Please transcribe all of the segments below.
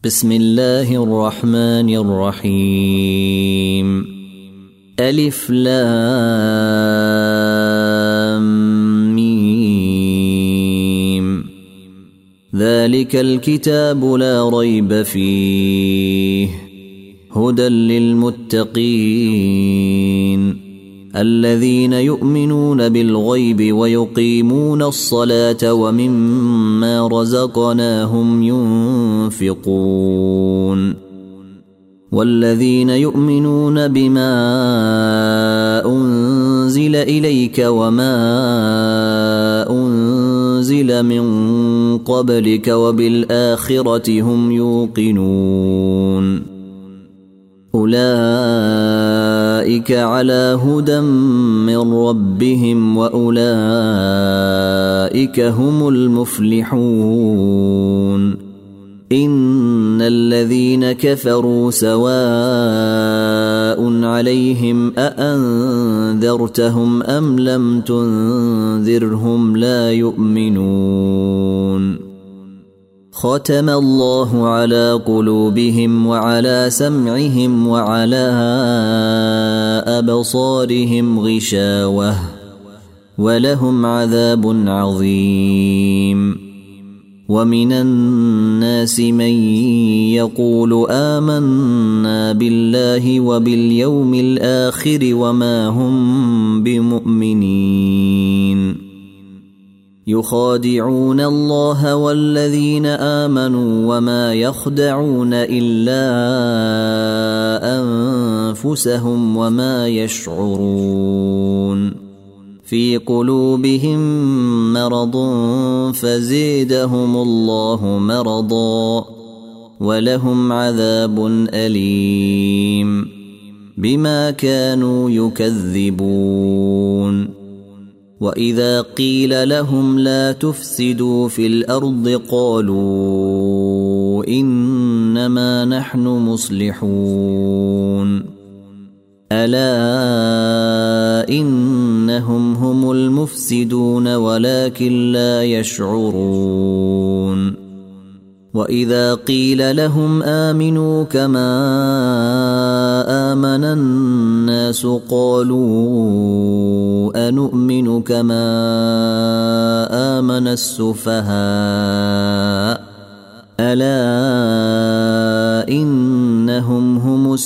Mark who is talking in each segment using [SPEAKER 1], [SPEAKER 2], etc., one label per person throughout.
[SPEAKER 1] بسم الله الرحمن الرحيم. ألف لام ميم. ذلك الكتاب لا ريب فيه هدى للمتقين الذين يؤمنون بالغيب ويقيمون الصلاة ومما رزقناهم ينفقون والذين يؤمنون بما أنزل إليك وما أنزل من قبلك وبالآخرة هم يوقنون أولئك على هدى من ربهم وأولئك هم المفلحون. إن الذين كفروا سواء عليهم أأنذرتهم أم لم تنذرهم لا يؤمنون. ختم الله على قلوبهم وعلى سمعهم وعلى أبصارهم غشاوة ولهم عذاب عظيم. ومن الناس من يقول آمنا بالله وباليوم الآخر وما هم بمؤمنين يخادعون الله والذين آمنوا وما يخدعون إلا أنفسهم وما يشعرون. في قلوبهم مرض فزيدهم الله مرضا ولهم عذاب أليم بما كانوا يكذبون. وإذا قيل لهم لا تفسدوا في الأرض قالوا إنما نحن مصلحون ألا إنهم هم المفسدون ولكن لا يشعرون. وإذا قيل لهم آمنوا كما آمن الناس قالوا أنؤمن كما آمن السفهاء ألا إنهم هم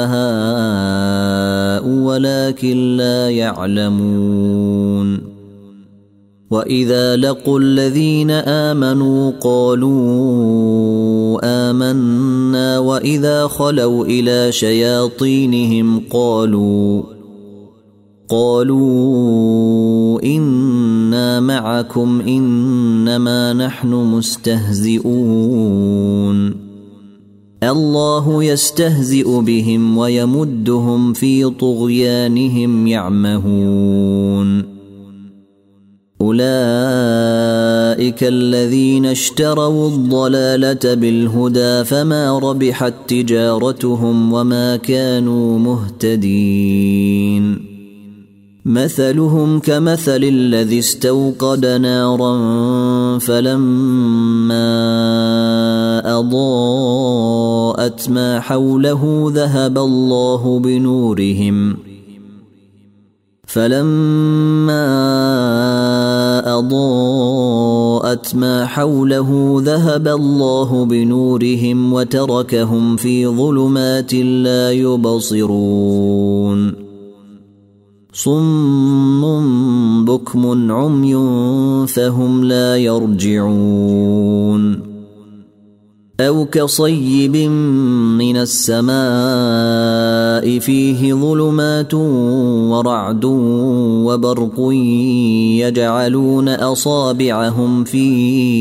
[SPEAKER 1] السفهاء ولكن لا يعلمون. وإذا لقوا الذين آمنوا قالوا آمنا وإذا خلوا إلى شياطينهم قالوا إنا معكم إنما نحن مستهزئون. الله يستهزئ بهم ويمدهم في طغيانهم يعمهون. أولئك الذين اشتروا الضلالة بالهدى فما ربحت تجارتهم وما كانوا مهتدين. مثلهم كمثل الذي استوقد نارا فلما أضاءت ما حوله ذهب الله بنورهم وتركهم في ظلمات لا يبصرون. صم بكم عمي فهم لا يرجعون. أو كصيب من السماء فيه ظلمات ورعد وبرق يجعلون أصابعهم في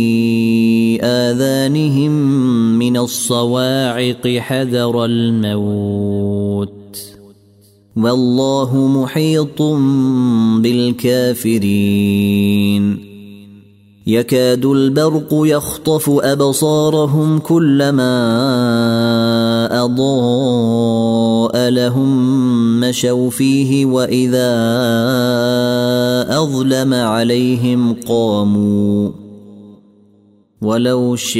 [SPEAKER 1] آذانهم من الصواعق حذر الموت والله محيط بالكافرين. يكاد البرق يخطف أبصارهم كلما أضاء لهم مشوا فيه وإذا أظلم عليهم قاموا ولو شاء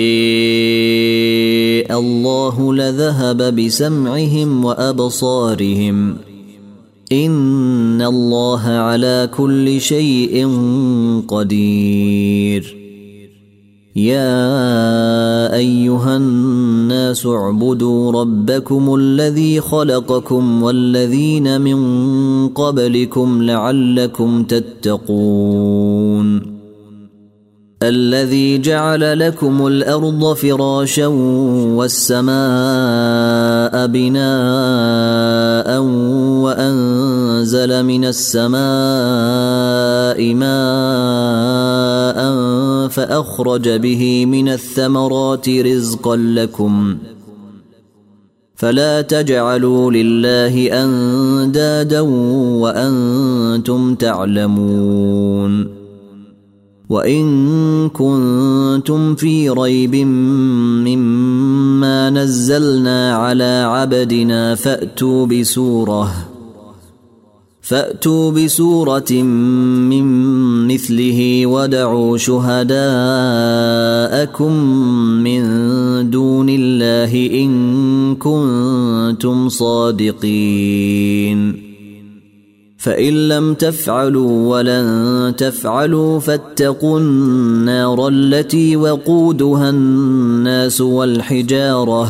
[SPEAKER 1] الله لذهب بسمعهم وأبصارهم إن الله على كل شيء قدير. يا أيها الناس اعبدوا ربكم الذي خلقكم والذين من قبلكم لعلكم تتقون. الذي جعل لكم الأرض فراشا والسماء بناء وأنزل من السماء ماء فأخرج به من الثمرات رزقا لكم فلا تجعلوا لله أندادا وأنتم تعلمون. وإن كنتم في ريب مما نزلنا على عبدنا فأتوا بسورة من مثله ودعوا شهداءكم من دون الله إن كنتم صادقين. فإن لم تفعلوا ولن تفعلوا فاتقوا النار التي وقودها الناس والحجارة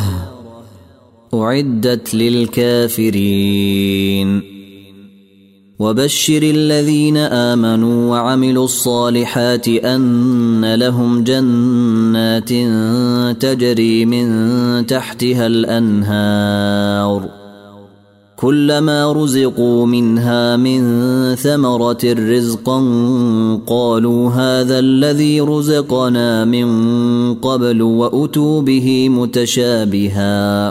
[SPEAKER 1] أعدت للكافرين. وبشر الذين آمنوا وعملوا الصالحات أن لهم جنات تجري من تحتها الأنهار كلما رزقوا منها من ثمرة رزقا قالوا هذا الذي رزقنا من قبل وأتوا به متشابها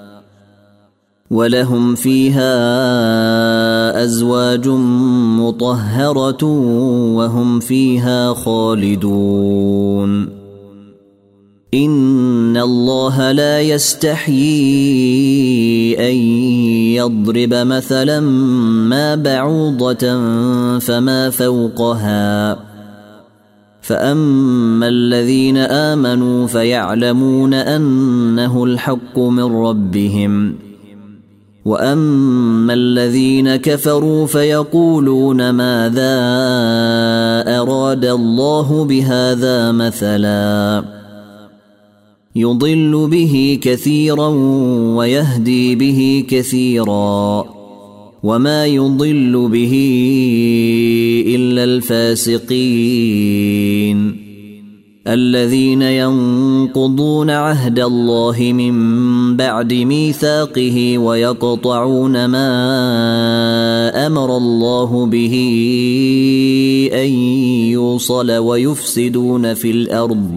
[SPEAKER 1] ولهم فيها أزواج مطهرة وهم فيها خالدون. إن الله لا يستحيي أن يضرب مثلا ما بعوضة فما فوقها فأما الذين آمنوا فيعلمون أنه الحق من ربهم وأما الذين كفروا فيقولون ماذا أراد الله بهذا مثلا يضل به كثيرا ويهدي به كثيرا وما يضل به إلا الفاسقين الذين ينقضون عهد الله من بعد ميثاقه ويقطعون ما أمر الله به أن يوصل ويفسدون في الأرض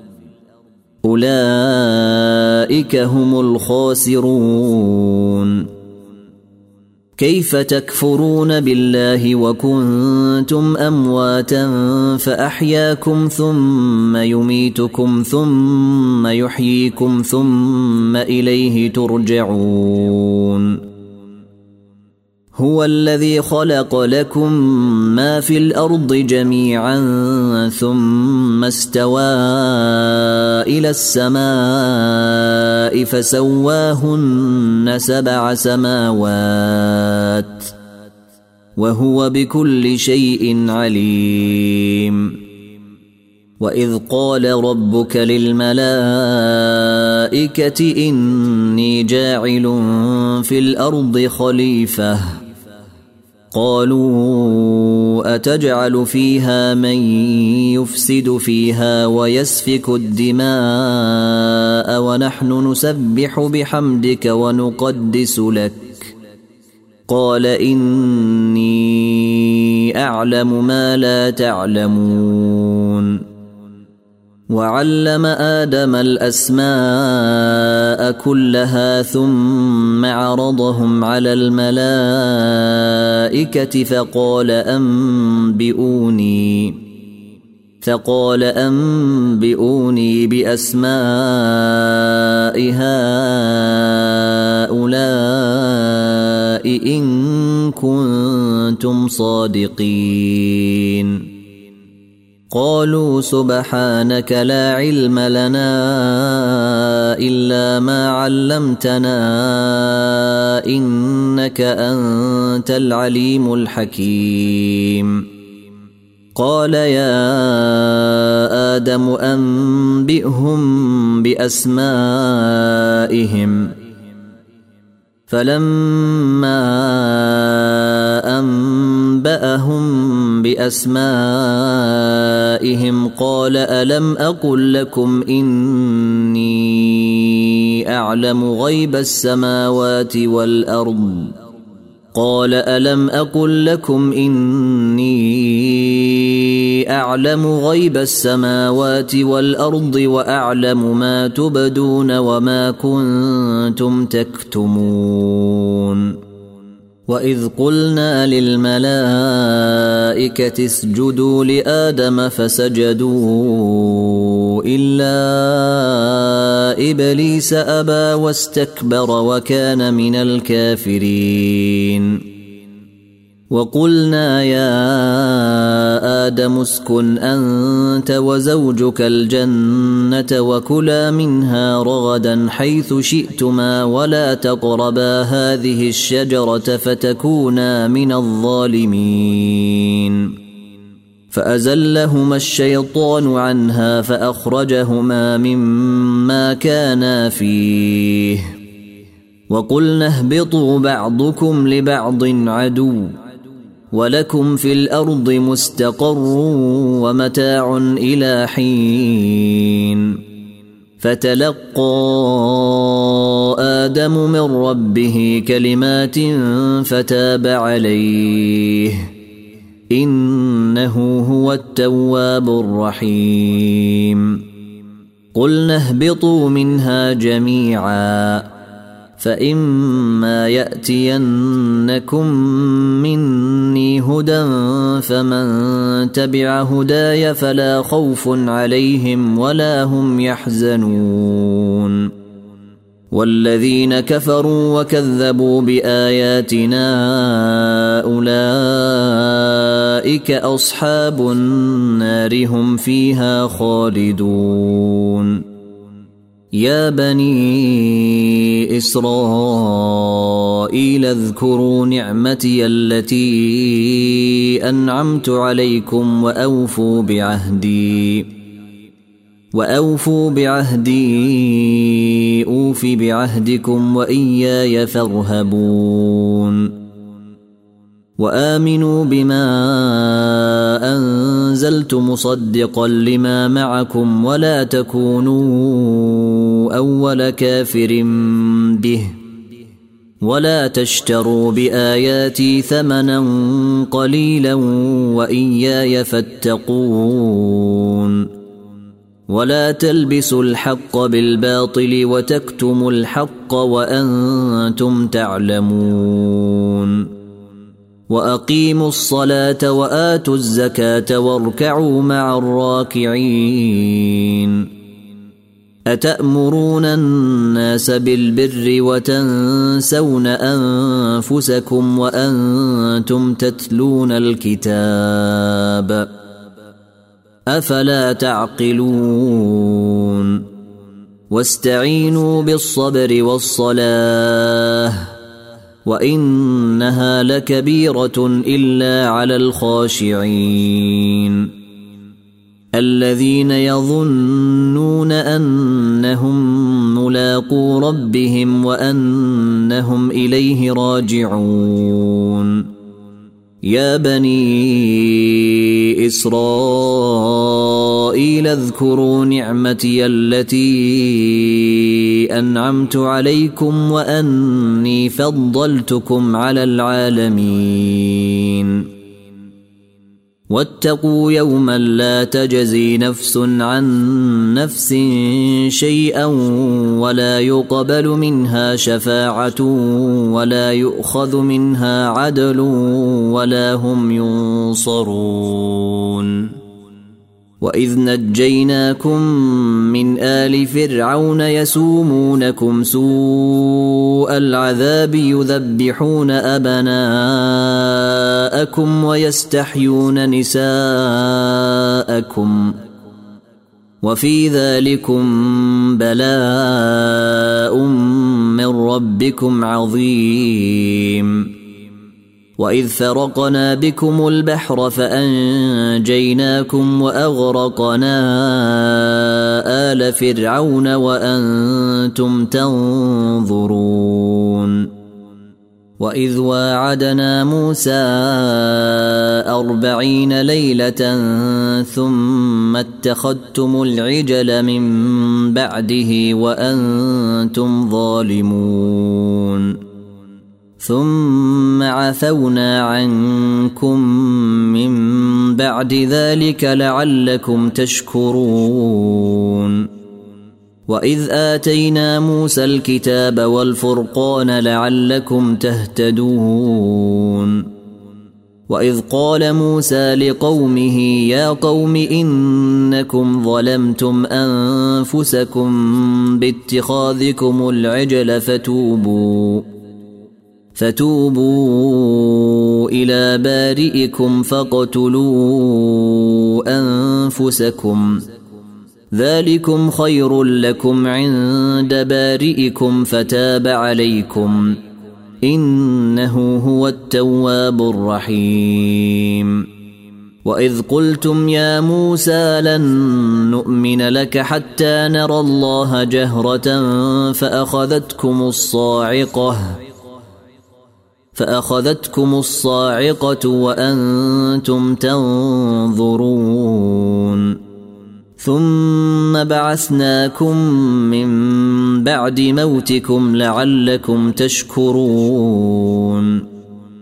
[SPEAKER 1] أولئك هم الخاسرون. كيف تكفرون بالله وكنتم أمواتا فأحياكم ثم يميتكم ثم يحييكم ثم إليه ترجعون. هو الذي خلق لكم ما في الأرض جميعا ثم استوى إلى السماء فسواهن 7 سماوات وهو بكل شيء عليم. وإذ قال ربك للملائكة إني جاعل في الأرض خليفة قالوا أتجعل فيها من يفسد فيها ويسفك الدماء ونحن نسبح بحمدك ونقدس لك قال إني أعلم ما لا تعلمون. وعلم آدم الأسماء كلها ثم عرضهم على الملائكة فقال أنبئوني بأسماء هؤلاء إن كنتم صادقين. قالوا سبحانك لا علم لنا إلا ما علمتنا إنك أنت العليم الحكيم قال يا آدم أنبئهم بأسمائهم فلما أنبأهم بأسمائهم قال ألم أقل لكم إني أعلم غيب السماوات والأرض قال ألم أقل لكم إني أعلم غيب السماوات والأرض وأعلم ما تبدون وما كنتم تكتمون وإذ قلنا للملائكة اسجدوا لآدم فسجدوا إلا إبليس أبى واستكبر وكان من الكافرين وقلنا يا آدم اسكن أنت وزوجك الجنة وكلا منها رغدا حيث شئتما ولا تقربا هذه الشجرة فتكونا من الظالمين فأزلهما الشيطان عنها فأخرجهما مما كانا فيه وقلنا اهبطوا بعضكم لبعض عدو ولكم في الأرض مستقر ومتاع إلى حين فتلقى آدم من ربه كلمات فتاب عليه إنه هو التواب الرحيم قلنا اهبطوا منها جميعا فإما يأتينكم مني هدى فمن تبع هداي فلا خوف عليهم ولا هم يحزنون والذين كفروا وكذبوا بآياتنا أولئك أصحاب النار هم فيها خالدون يا بني إسرائيل اذكروا نعمتي التي أنعمت عليكم وأوفوا بعهدي أوف بعهدكم وإياي فارهبون وآمنوا بما أنزلت مصدقا لما معكم ولا تكونوا أول كافر به ولا تشتروا بآياتي ثمنا قليلا وإياي فاتقون ولا تلبسوا الحق بالباطل وتكتموا الحق وأنتم تعلمون وأقيموا الصلاة وآتوا الزكاة واركعوا مع الراكعين أتأمرون الناس بالبر وتنسون أنفسكم وأنتم تتلون الكتاب أفلا تعقلون واستعينوا بالصبر والصلاة وإنها لكبيرة إلا على الخاشعين الذين يظنون أنهم ملاقو ربهم وأنهم إليه راجعون يا بني إسرائيل اذكروا نعمتي التي أنعمت عليكم وأني فضلتكم على العالمين واتقوا يوما لا تجزي نفس عن نفس شيئا ولا يقبل منها شفاعة ولا يؤخذ منها عدل ولا هم ينصرون وإذ نجيناكم من آل فرعون يسومونكم سوء العذاب يذبحون أبناءكم ويستحيون نساءكم وفي ذلكم بلاء من ربكم عظيم وإذ فرقنا بكم البحر فأنجيناكم وأغرقنا آل فرعون وأنتم تنظرون وإذ واعدنا موسى 40 ليلة ثم اتخذتم العجل من بعده وأنتم ظالمون ثم عفونا عنكم من بعد ذلك لعلكم تشكرون وإذ آتينا موسى الكتاب والفرقان لعلكم تهتدون وإذ قال موسى لقومه يا قوم إنكم ظلمتم أنفسكم باتخاذكم العجل فتوبوا إلى بارئكم فاقتلوا أنفسكم ذلكم خير لكم عند بارئكم فتاب عليكم إنه هو التواب الرحيم وإذ قلتم يا موسى لن نؤمن لك حتى نرى الله جهرة فأخذتكم الصاعقة وأنتم تنظرون ثم بعثناكم من بعد موتكم لعلكم تشكرون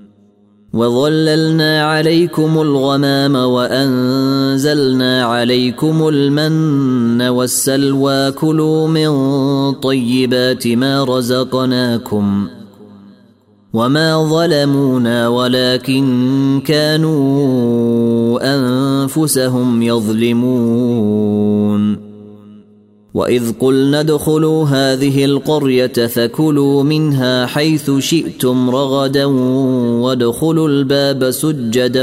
[SPEAKER 1] وظللنا عليكم الغمام وأنزلنا عليكم المن والسلوى كلوا من طيبات ما رزقناكم وما ظلمونا ولكن كانوا أنفسهم يظلمون وإذ قلنا ادخلوا هذه القرية فكلوا منها حيث شئتم رغدا وادخلوا الباب سجدا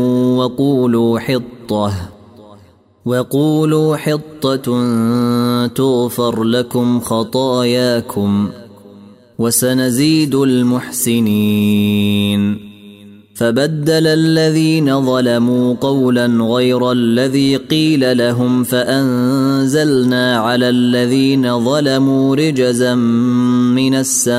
[SPEAKER 1] وقولوا حطة تغفر لكم خطاياكم وسنزيد المحسنين فبدل الذين ظلموا قولا غير الذي قيل لهم فأنزلنا على الذين ظلموا رجزا من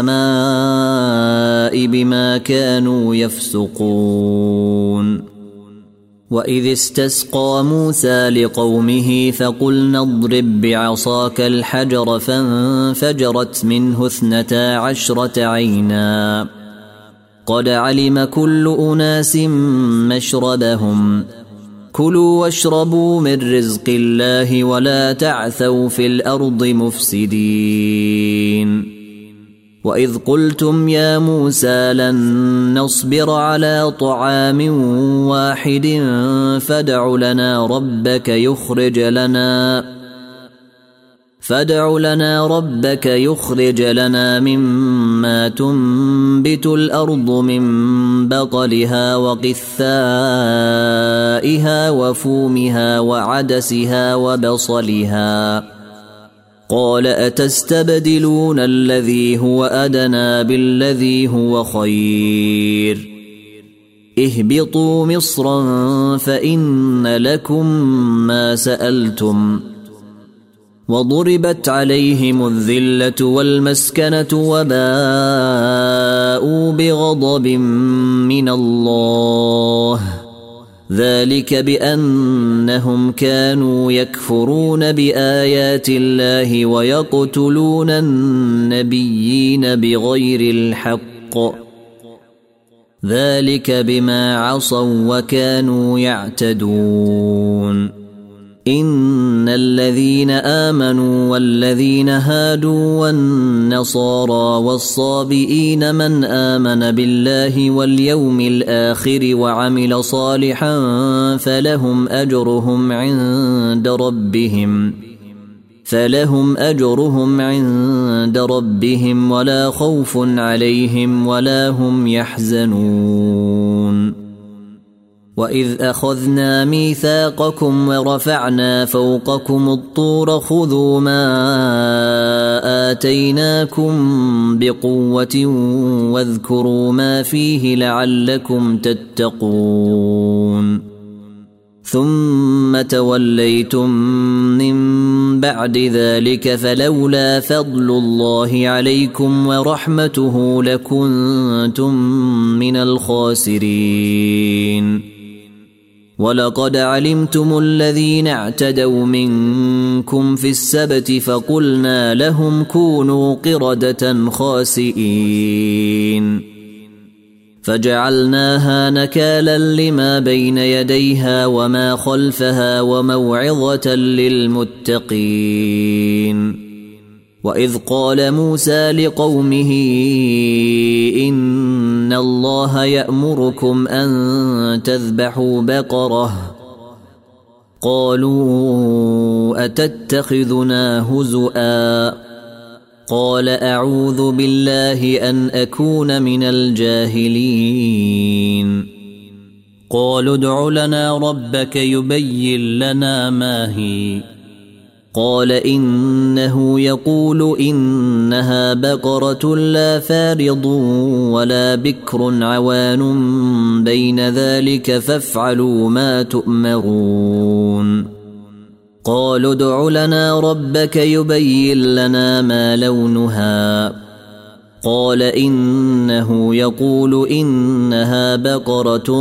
[SPEAKER 1] السماء بما كانوا يفسقون وإذ استسقى موسى لقومه فقلنا اضرب بعصاك الحجر فانفجرت منه 12 عينا قد علم كل أناس مشربهم كلوا واشربوا من رزق الله ولا تعثوا في الأرض مفسدين وإذ قلتم يا موسى لن نصبر على طعام واحد فادع لنا ربك يخرج لنا مما تنبت الأرض من بقلها وقثائها وفومها وعدسها وبصلها قال أتستبدلون الذي هو أدنى بالذي هو خير اهبطوا مصرا فإن لكم ما سألتم وضربت عليهم الذلة والمسكنة وباءوا بغضب من الله ذلك بأنهم كانوا يكفرون بآيات الله ويقتلون النبيين بغير الحق ذلك بما عصوا وكانوا يعتدون إن الذين آمنوا والذين هادوا والنصارى والصابئين من آمن بالله واليوم الآخر وعمل صالحا فلهم أجرهم عند ربهم ولا خوف عليهم ولا هم يحزنون. وإذ أخذنا ميثاقكم ورفعنا فوقكم الطور خذوا ما آتيناكم بقوة واذكروا ما فيه لعلكم تتقون ثم توليتم من بعد ذلك فلولا فضل الله عليكم ورحمته لكنتم من الخاسرين. ولقد علمتم الذين اعتدوا منكم في السبت فقلنا لهم كونوا قردة خاسئين فجعلناها نكالا لما بين يديها وما خلفها وموعظة للمتقين. وإذ قال موسى لقومه إن الله يأمركم أن تذبحوا بقرة قالوا أتتخذنا هزؤا قال أعوذ بالله أن أكون من الجاهلين. قالوا ادع لنا ربك يبين لنا ما هي قال إنه يقول إنها بقرة لا فارض ولا بكر عوان بين ذلك فافعلوا ما تؤمرون. قالوا ادع لنا ربك يبين لنا ما لونها قال إنه يقول إنها بقرة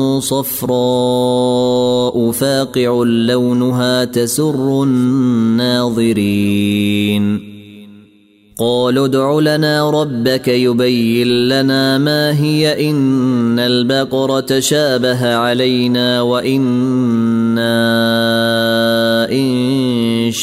[SPEAKER 1] صفراء فاقع لونها تسر الناظرين. قالوا ادع لنا ربك يبين لنا ما هي إن البقرة شابه علينا وإنا إن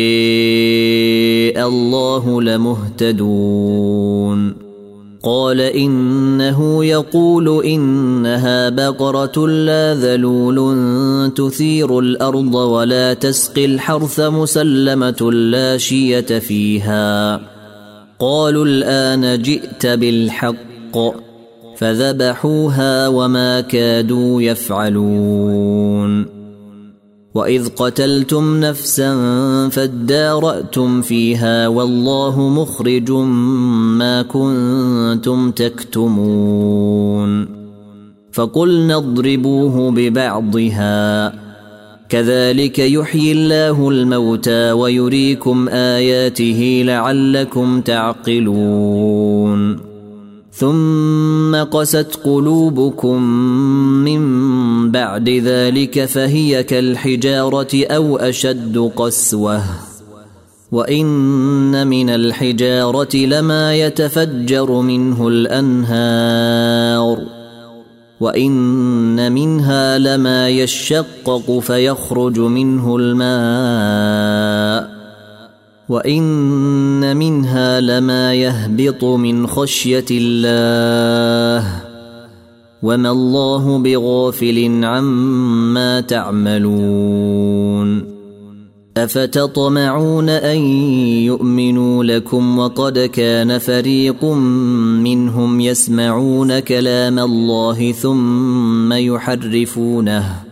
[SPEAKER 1] شاء الله لمهتدون. قال إنه يقول إنها بقرة لا ذلول تثير الأرض ولا تسقي الحرث مسلمة لا شية فيها. قالوا الآن جئت بالحق فذبحوها وما كادوا يفعلون. وإذ قتلتم نفسا فادارأتم فيها والله مخرج ما كنتم تكتمون. فقلنا اضربوه ببعضها كذلك يحيي الله الموتى ويريكم آياته لعلكم تعقلون. ثم قست قلوبكم من بعد ذلك فهي كالحجارة أو أشد قسوة وإن من الحجارة لما يتفجر منه الأنهار وإن منها لما يشقق فيخرج منه الماء وإن منها لما يهبط من خشية الله وما الله بغافل عما تعملون. أفتطمعون أن يؤمنوا لكم وقد كان فريق منهم يسمعون كلام الله ثم يحرفونه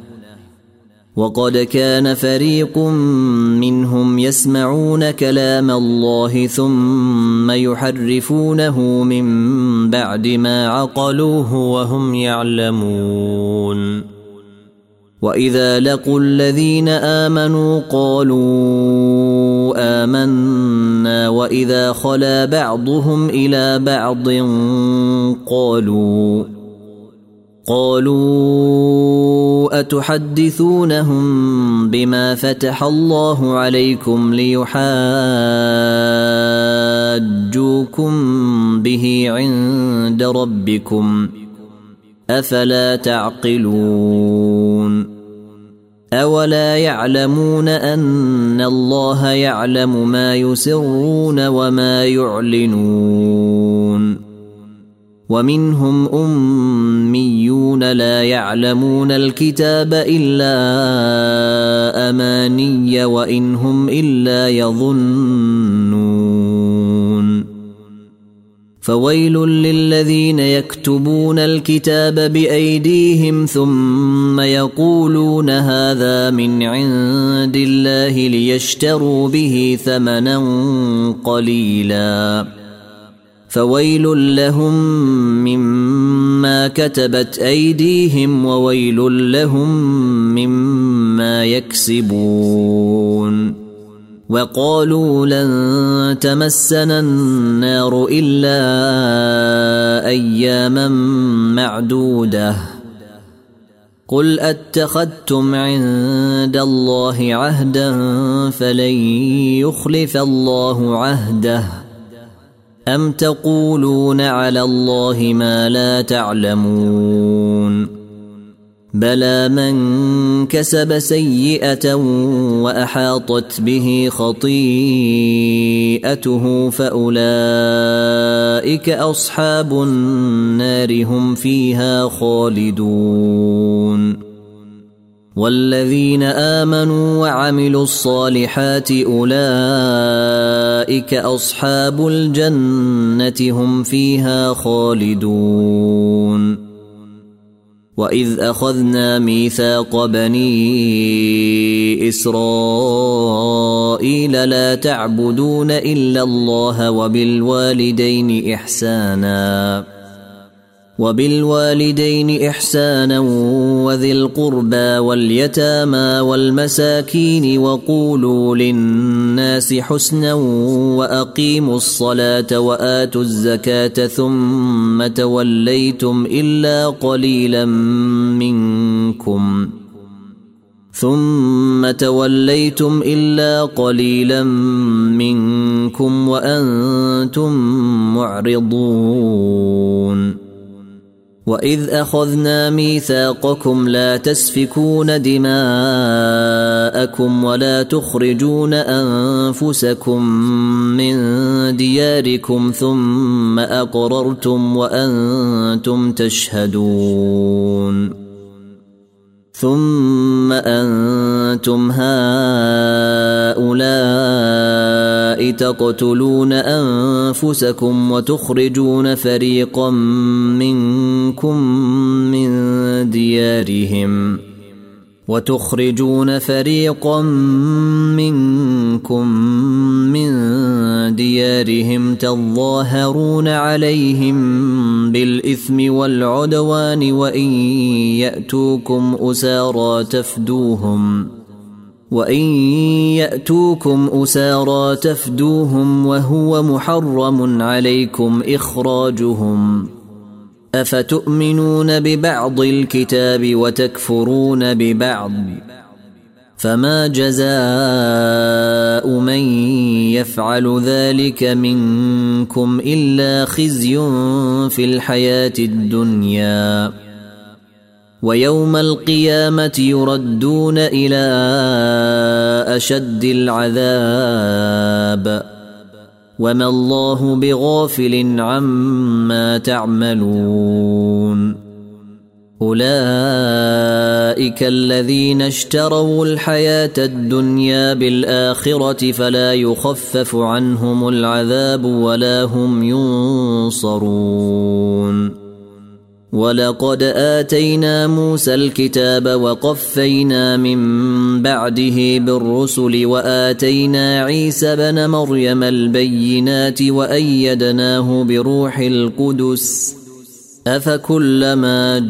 [SPEAKER 1] من بعد ما عقلوه وهم يعلمون. وإذا لقوا الذين آمنوا قالوا آمنا وإذا خلا بعضهم إلى بعض قالوا أتحدثونهم بما فتح الله عليكم ليحاجوكم به عند ربكم أفلا تعقلون. أولا يعلمون أن الله يعلم ما يسرون وما يعلنون ومنهم أميون لا يعلمون الكتاب إلا أماني وإن هم إلا يظنون فويل للذين يكتبون الكتاب بأيديهم ثم يقولون هذا من عند الله ليشتروا به ثمنا قليلا فويل لهم مما كتبت أيديهم وويل لهم مما يكسبون وقالوا لن تمسنا النار إلا أياما معدودة قل أتخذتم عند الله عهدا فلن يخلف الله عهده أم تقولون على الله ما لا تعلمون بلى من كسب سيئة وأحاطت به خطيئته فأولئك أصحاب النار هم فيها خالدون والذين آمنوا وعملوا الصالحات أولئك أصحاب الجنة هم فيها خالدون وإذ أخذنا ميثاق بني إسرائيل لا تعبدون إلا الله وبالوالدين إحسانا وذي القربى واليتامى والمساكين وقولوا للناس حسنا وأقيموا الصلاة وآتوا الزكاة ثم توليتم إلا قليلا منكم وأنتم معرضون وإذ أخذنا ميثاقكم لا تسفكون دماءكم ولا تخرجون أنفسكم من دياركم ثم أقررتم وأنتم تشهدون ثم أنتم هؤلاء تقتلون أنفسكم وتخرجون فريقا منكم من ديارهم تظاهرون عليهم بالإثم والعدوان وإن يأتوكم أسارى تفدوهم وهو محرم عليكم إخراجهم أفتؤمنون ببعض الكتاب وتكفرون ببعض فما جزاء من يفعل ذلك منكم إلا خزي في الحياة الدنيا ويوم القيامة يردون إلى أشد العذاب وما الله بغافل عما تعملون أولئك الذين اشتروا الحياة الدنيا بالآخرة فلا يخفف عنهم العذاب ولا هم ينصرون ولقد آتينا موسى الكتاب وقفينا من بعده بالرسل وآتينا عيسى بن مريم البينات وأيدناه بروح القدس أفكلما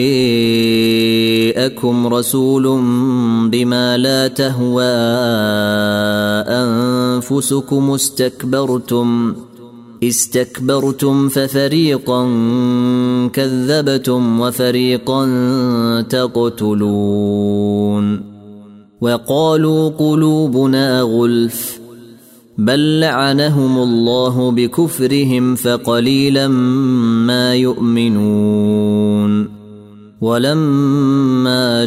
[SPEAKER 1] جاءكم رسول بما لا تهوى أنفسكم استكبرتم ففريقا كذبتم وفريقا تقتلون وقالوا قلوبنا غلف بل لعنهم الله بكفرهم فقليلا ما يؤمنون ولما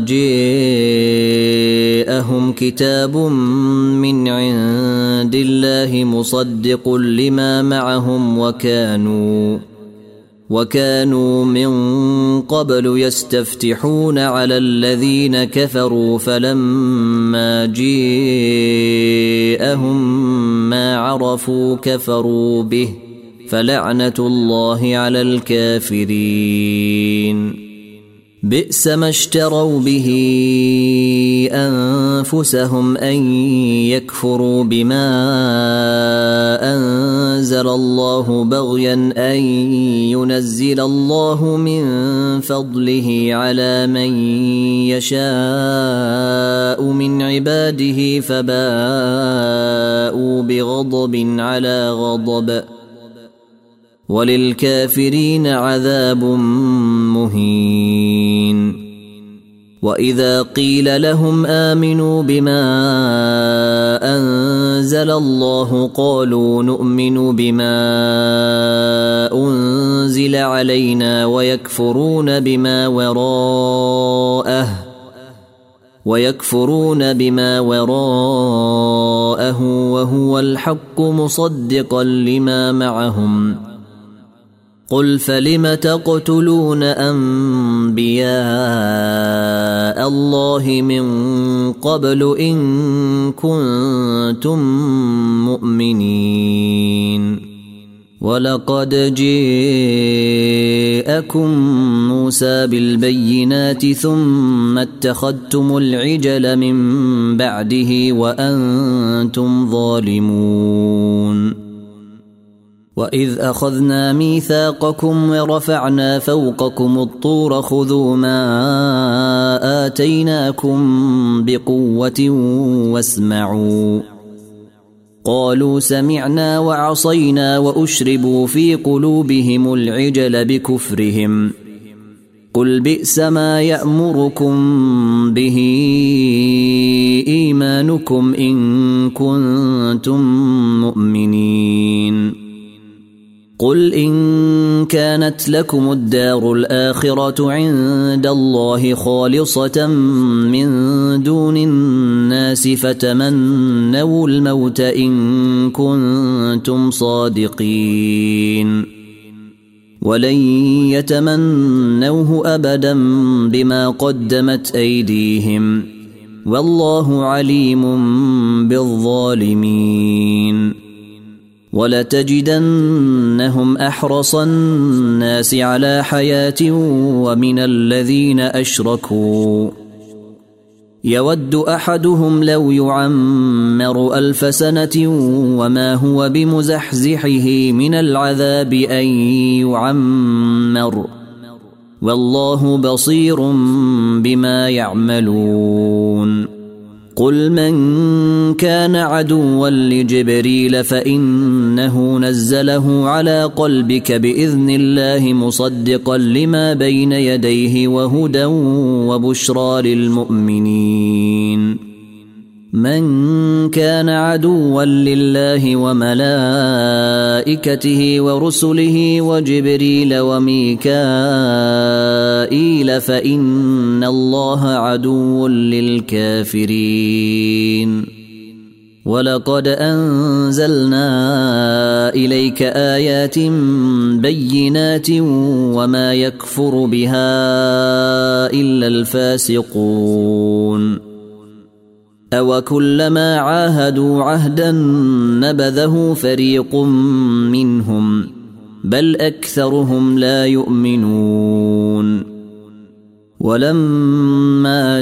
[SPEAKER 1] جاءهم كتاب من عند الله مصدق لما معهم وكانوا من قبل يستفتحون على الذين كفروا فلما جاءهم ما عرفوا كفروا به فلعنة الله على الكافرين. بئس ما اشتروا به أنفسهم أن يكفروا بما أنزل الله بغيا أن ينزل الله من فضله على من يشاء من عباده فباءوا بغضب على غضب وللكافرين عذاب مهين. وإذا قيل لهم آمنوا بما أنزل الله قالوا نؤمن بما أنزل علينا ويكفرون بما وراءه وهو الحق مصدقا لما معهم. قل فلم تقتلون أنبياء الله من قبل إن كنتم مؤمنين. ولقد جاءكم موسى بالبينات ثم اتخذتم العجل من بعده وأنتم ظالمون. وإذ أخذنا ميثاقكم ورفعنا فوقكم الطور خذوا ما آتيناكم بقوة واسمعوا. قالوا سمعنا وعصينا وأشربوا في قلوبهم العجل بكفرهم. قل بئس ما يأمركم به إيمانكم إن كنتم مؤمنين. قل إن كانت لكم الدار الآخرة عند الله خالصة من دون الناس فتمنوا الموت إن كنتم صادقين ولن يتمنوه أبدا بما قدمت أيديهم والله عليم بالظالمين. ولتجدنهم أحرص الناس على حياة ومن الذين أشركوا يود أحدهم لو يعمر 1000 سنة وما هو بمزحزحه من العذاب أن يعمر والله بصير بما يعملون. قل من كان عدوا لجبريل فإنه نزله على قلبك بإذن الله مصدقا لما بين يديه وهدى وبشرى للمؤمنين. من كان عدوا لله وملائكته ورسله وجبريل وميكائيل فإن الله عدو للكافرين. ولقد أنزلنا إليك آيات بينات وما يكفر بها إلا الفاسقون. أوكلما عاهدوا عهدا نبذه فريق منهم بل أكثرهم لا يؤمنون. ولما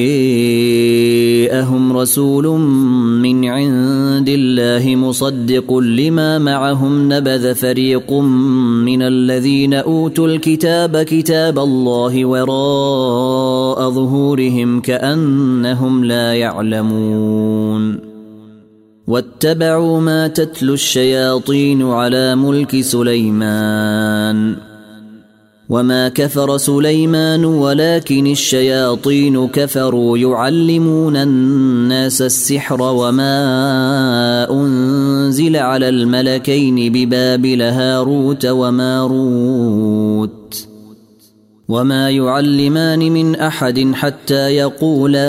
[SPEAKER 1] جاءهم رسول من عند الله مصدق لما معهم نبذ فريق من الذين أوتوا الكتاب كتاب الله وراء ظهورهم كأنهم لا يعلمون. واتبعوا ما تتلو الشياطين على ملك سليمان وما كفر سليمان ولكن الشياطين كفروا يعلمون الناس السحر وما أنزل على الملكين ببابل هاروت وماروت وما يعلمان من أحد حتى يقولا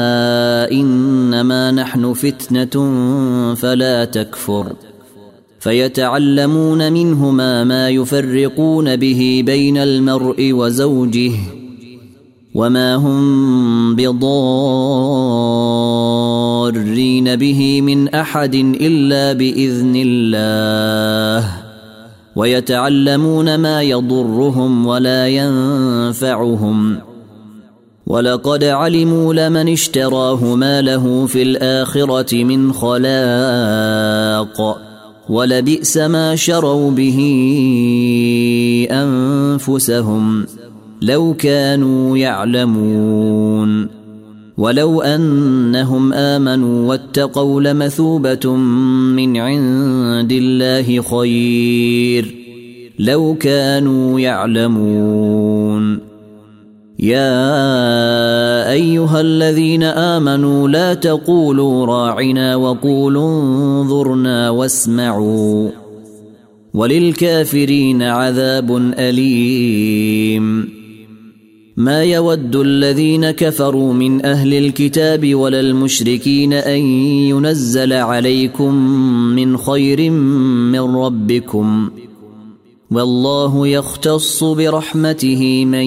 [SPEAKER 1] إنما نحن فتنة فلا تكفر فيتعلمون منهما ما يفرقون به بين المرء وزوجه وما هم بضارين به من أحد إلا بإذن الله ويتعلمون ما يضرهم ولا ينفعهم ولقد علموا لمن اشتراه ما له في الآخرة من خلاق ولبئس ما شروا به أنفسهم لو كانوا يعلمون ولو أنهم آمنوا واتقوا لمثوبة من عند الله خير لو كانوا يعلمون يا أيها الذين آمنوا لا تقولوا راعنا وقولوا انظرنا واسمعوا وللكافرين عذاب أليم ما يود الذين كفروا من أهل الكتاب ولا المشركين أن ينزل عليكم من خير من ربكم والله يختص برحمته من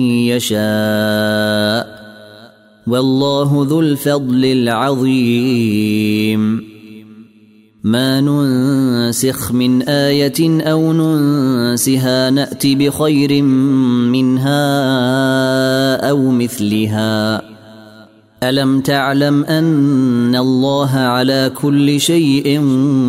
[SPEAKER 1] يشاء والله ذو الفضل العظيم ما ننسخ من آية أو ننسها نأت بخير منها أو مثلها ألم تعلم أن الله على كل شيء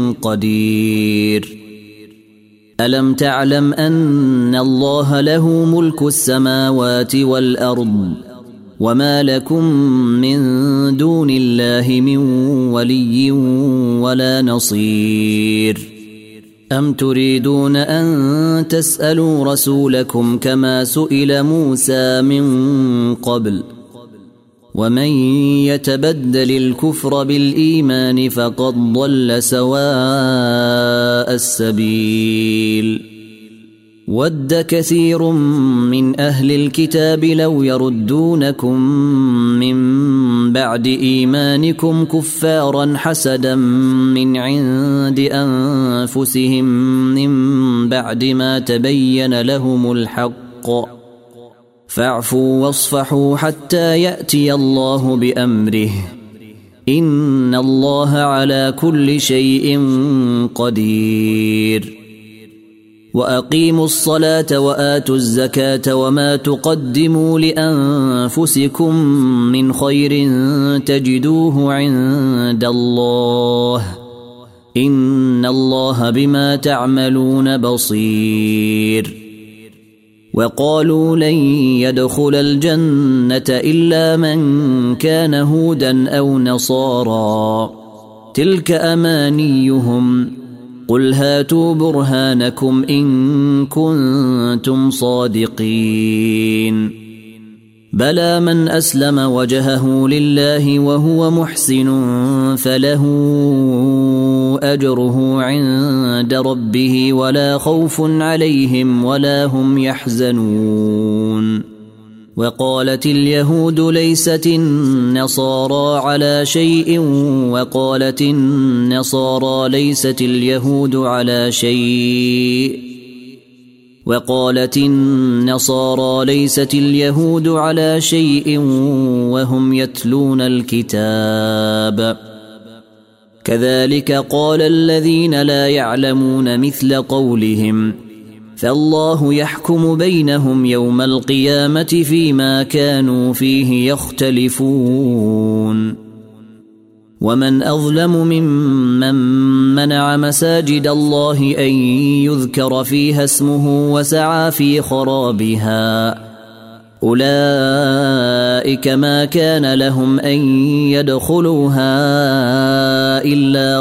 [SPEAKER 1] قدير ألم تعلم أن الله له ملك السماوات والأرض وما لكم من دون الله من ولي ولا نصير أم تريدون أن تسألوا رسولكم كما سئل موسى من قبل ومن يتبدل الكفر بالإيمان فقد ضل سواء السبيل ود كثير من أهل الكتاب لو يردونكم من بعد إيمانكم كفارا حسدا من عند أنفسهم من بعد ما تبين لهم الحق فاعفوا واصفحوا حتى يأتي الله بأمره إن الله على كل شيء قدير وأقيموا الصلاة وآتوا الزكاة وما تقدموا لأنفسكم من خير تجدوه عند الله إن الله بما تعملون بصير وقالوا لن يدخل الجنة إلا من كان هودا أو نصارى تلك أمانيهم قل هاتوا برهانكم إن كنتم صادقين بلى من أسلم وجهه لله وهو محسن فله أجره عند ربه ولا خوف عليهم ولا هم يحزنون وقالت اليهود ليست النصارى على شيء وقالت النصارى ليست اليهود على شيء وقالت النصارى ليست اليهود على شيء وهم يتلون الكتاب كذلك قال الذين لا يعلمون مثل قولهم فالله يحكم بينهم يوم القيامة فيما كانوا فيه يختلفون ومن أظلم ممن منع مساجد الله أن يذكر فيها اسمه وسعى في خرابها أولئك ما كان لهم أن يدخلوها إلا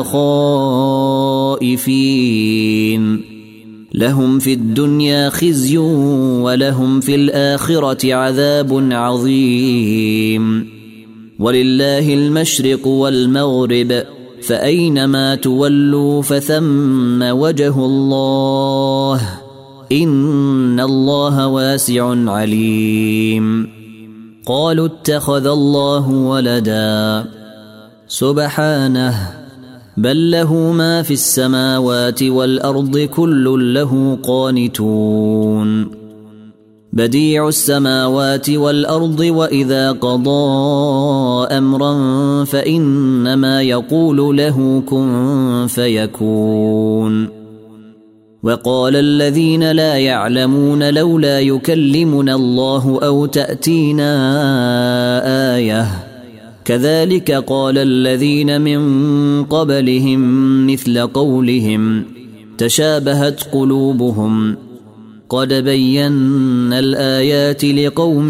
[SPEAKER 1] خائفين لهم في الدنيا خزي ولهم في الآخرة عذاب عظيم ولله المشرق والمغرب فأينما تولوا فثم وجه الله إن الله واسع عليم. قالوا اتخذ الله ولدا سبحانه بل له ما في السماوات والأرض كل له قانتون بديع السماوات والأرض وإذا قضى أمرا فإنما يقول له كن فيكون. وقال الذين لا يعلمون لولا يكلمنا الله أو تأتينا آية كذلك قال الذين من قبلهم مثل قولهم تشابهت قلوبهم قد بينا الآيات لقوم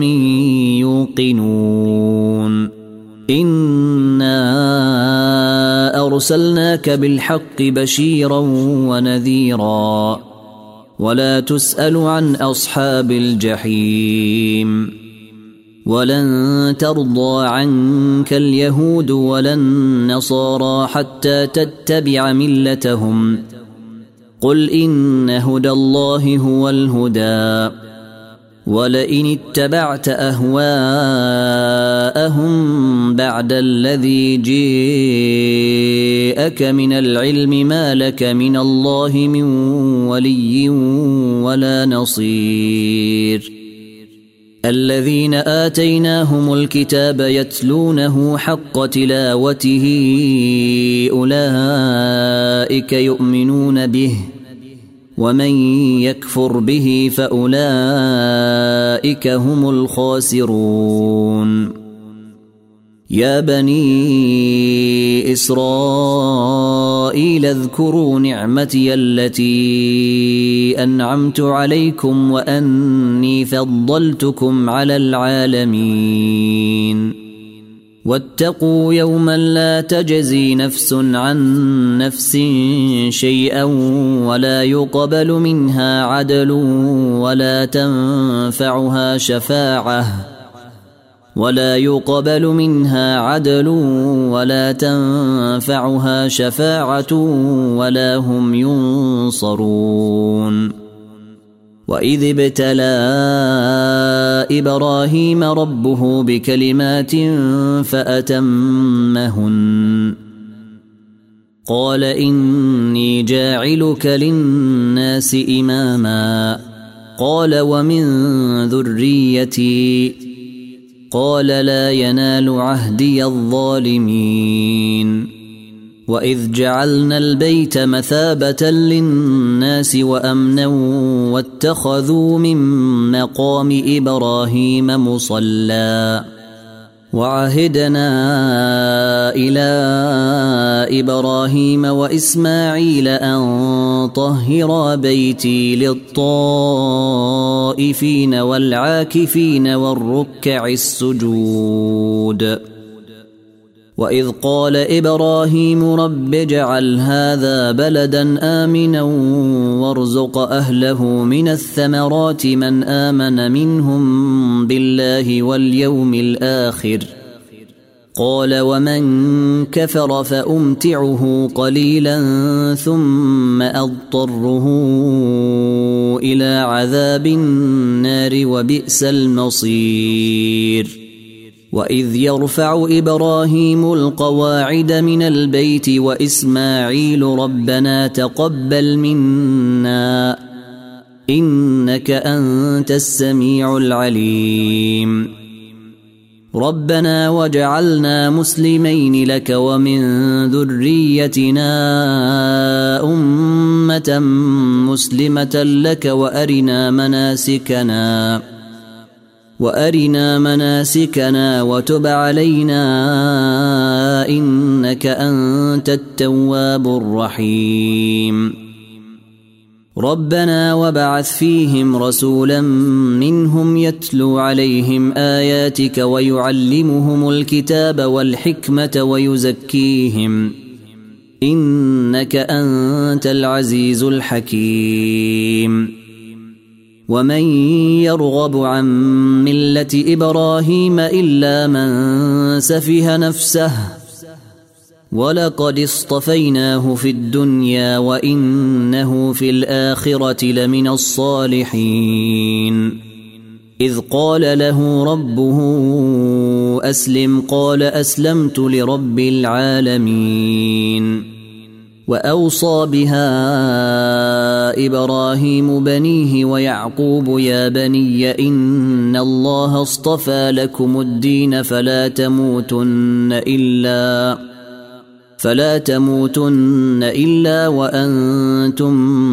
[SPEAKER 1] يوقنون. إنا أرسلناك بالحق بشيرا ونذيرا ولا تسأل عن أصحاب الجحيم. ولن ترضى عنك اليهود ولا النصارى حتى تتبع ملتهم قل إن هدى الله هو الهدى ولئن اتبعت أهواءهم بعد الذي جاءك من العلم ما لك من الله من ولي ولا نصير. الذين آتيناهم الكتاب يتلونه حق تلاوته أولئك يؤمنون به ومن يكفر به فأولئك هم الخاسرون. يا بني إسرائيل اذكروا نعمتي التي أنعمت عليكم وأني فضلتكم على العالمين. واتقوا يوما لا تجزي نفس عن نفس شيئا ولا يقبل منها عدل ولا تنفعها شفاعة ولا هم ينصرون. وإذ ابتلى إبراهيم ربه بكلمات فأتمهن قال إني جاعلك للناس إماما قال ومن ذريتي قال لا ينال عهدي الظالمين. وإذ جعلنا البيت مثابة للناس وأمنا واتخذوا من مقام إبراهيم مصلى وعهدنا إلى إبراهيم وإسماعيل أن طهرا بيتي للطائفين والعاكفين والركع السجود. وإذ قال إبراهيم رب اجعل هذا بلدا آمنا وارزق أهله من الثمرات من آمن منهم بالله واليوم الآخر قال ومن كفر فأمتعه قليلا ثم أضطره إلى عذاب النار وبئس المصير. وإذ يرفع إبراهيم القواعد من البيت وإسماعيل ربنا تقبل منا إنك أنت السميع العليم. ربنا وجعلنا مسلمين لك ومن ذريتنا أمة مسلمة لك وأرنا مناسكنا وتب علينا إنك أنت التواب الرحيم. ربنا وبعث فيهم رسولا منهم يتلو عليهم آياتك ويعلمهم الكتاب والحكمة ويزكيهم إنك أنت العزيز الحكيم. ومن يرغب عن ملة إبراهيم إلا من سفه نفسه ولقد اصطفيناه في الدنيا وإنه في الآخرة لمن الصالحين. إذ قال له ربه أسلم قال أسلمت لرب العالمين. وأوصى بها إبراهيم بنيه ويعقوب يا بني إن الله اصطفى لكم الدين فلا تموتن إلا وأنتم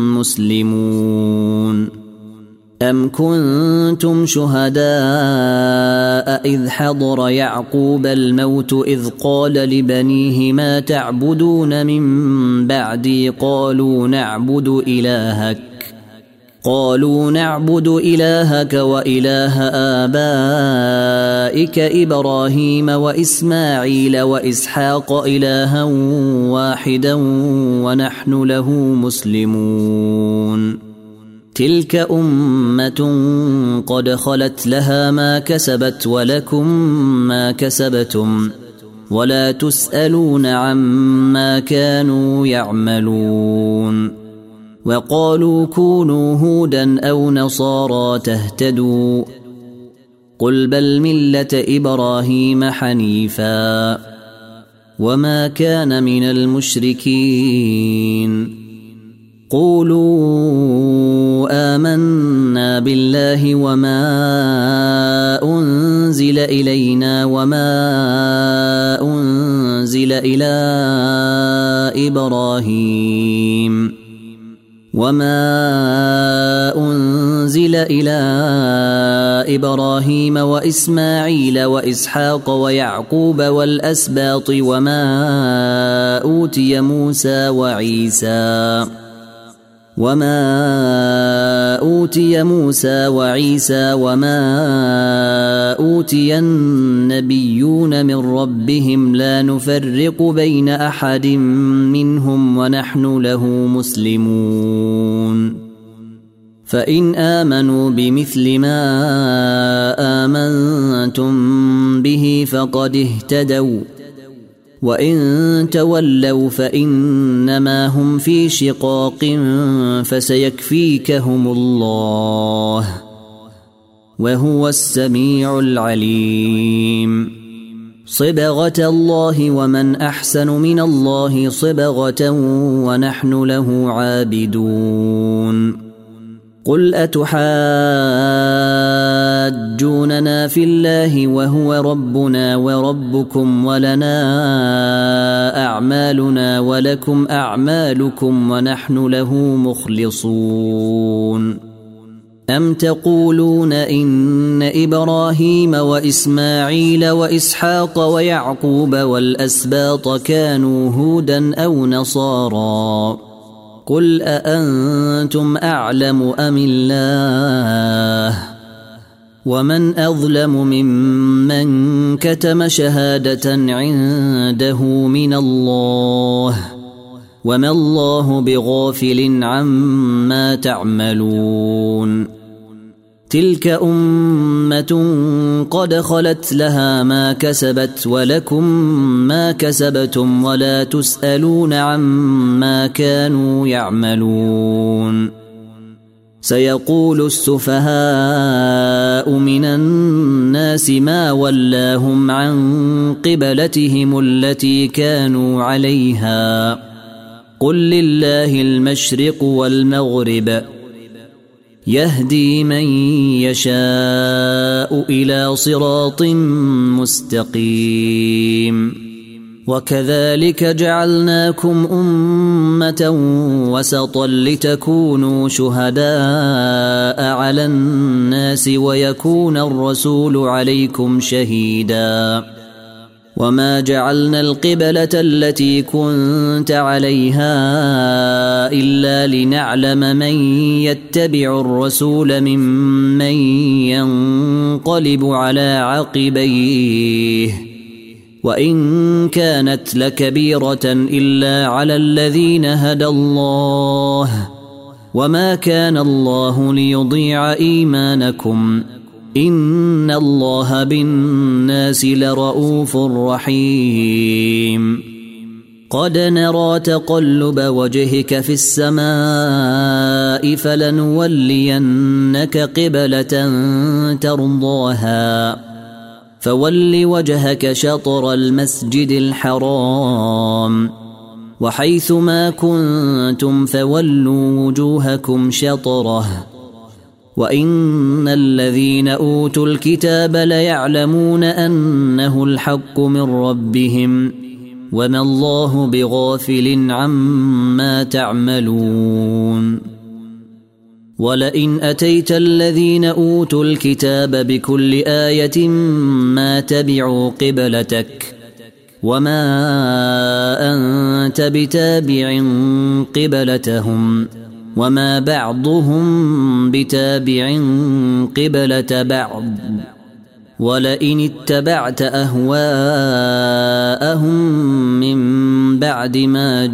[SPEAKER 1] مسلمون. أم كنتم شهداء إذ حضر يعقوب الموت إذ قال لبنيه ما تعبدون من بعدي قالوا نعبد إلهك وإله آبائك إبراهيم وإسماعيل وإسحاق إلها واحدا ونحن له مسلمون. تلك أمة قد خلت لها ما كسبت ولكم ما كسبتم ولا تسألون عما كانوا يعملون. وقالوا كونوا هودا أو نصارى تهتدوا قل بل ملة إبراهيم حنيفا وما كان من المشركين. قولوا آمنا بالله وما أنزل إلينا وما أنزل إلى إبراهيم وإسماعيل وإسحاق ويعقوب والأسباط وما أوتي موسى وعيسى وما أوتي النبيون من ربهم لا نفرق بين أحد منهم ونحن له مسلمون. فإن آمنوا بمثل ما آمنتم به فقد اهتدوا وإن تولوا فإنما هم في شقاق فسيكفيكهم الله وهو السميع العليم. صبغة الله ومن أحسن من الله صبغة ونحن له عابدون. قل أتحاجوننا في الله وهو ربنا وربكم ولنا أعمالنا ولكم أعمالكم ونحن له مخلصون. أم تقولون إن إبراهيم وإسماعيل وإسحاق ويعقوب والأسباط كانوا هودا أو نصارى قل أأنتم أعلم أم الله ومن أظلم ممن كتم شهادة عنده من الله وما الله بغافل عما تعملون. تلك أمة قد خلت لها ما كسبت ولكم ما كسبتم ولا تسألون عما كانوا يعملون. سيقول السفهاء من الناس ما ولاهم عن قبلتهم التي كانوا عليها قل لله المشرق والمغرب يهدي من يشاء إلى صراط مستقيم. وكذلك جعلناكم أمة وسطا لتكونوا شهداء على الناس ويكون الرسول عليكم شهيدا. وما جعلنا القبلة التي كنت عليها إلا لنعلم من يتبع الرسول ممن ينقلب على عقبيه وإن كانت لكبيرة إلا على الذين هدى الله وما كان الله ليضيع إيمانكم إن الله بالناس لرؤوف رحيم. قد نرى تقلب وجهك في السماء فلنولينك قبلة ترضاها فول وجهك شطر المسجد الحرام وحيث ما كنتم فولوا وجوهكم شطره وإن الذين أوتوا الكتاب ليعلمون أنه الحق من ربهم وما الله بغافل عما تعملون ولئن أتيت الذين أوتوا الكتاب بكل آية ما تبعوا قبلتك وما أنت بتابع قبلتهم وما بعضهم بتابع قبلة بعض ولئن اتبعت أهواءهم من بعد ما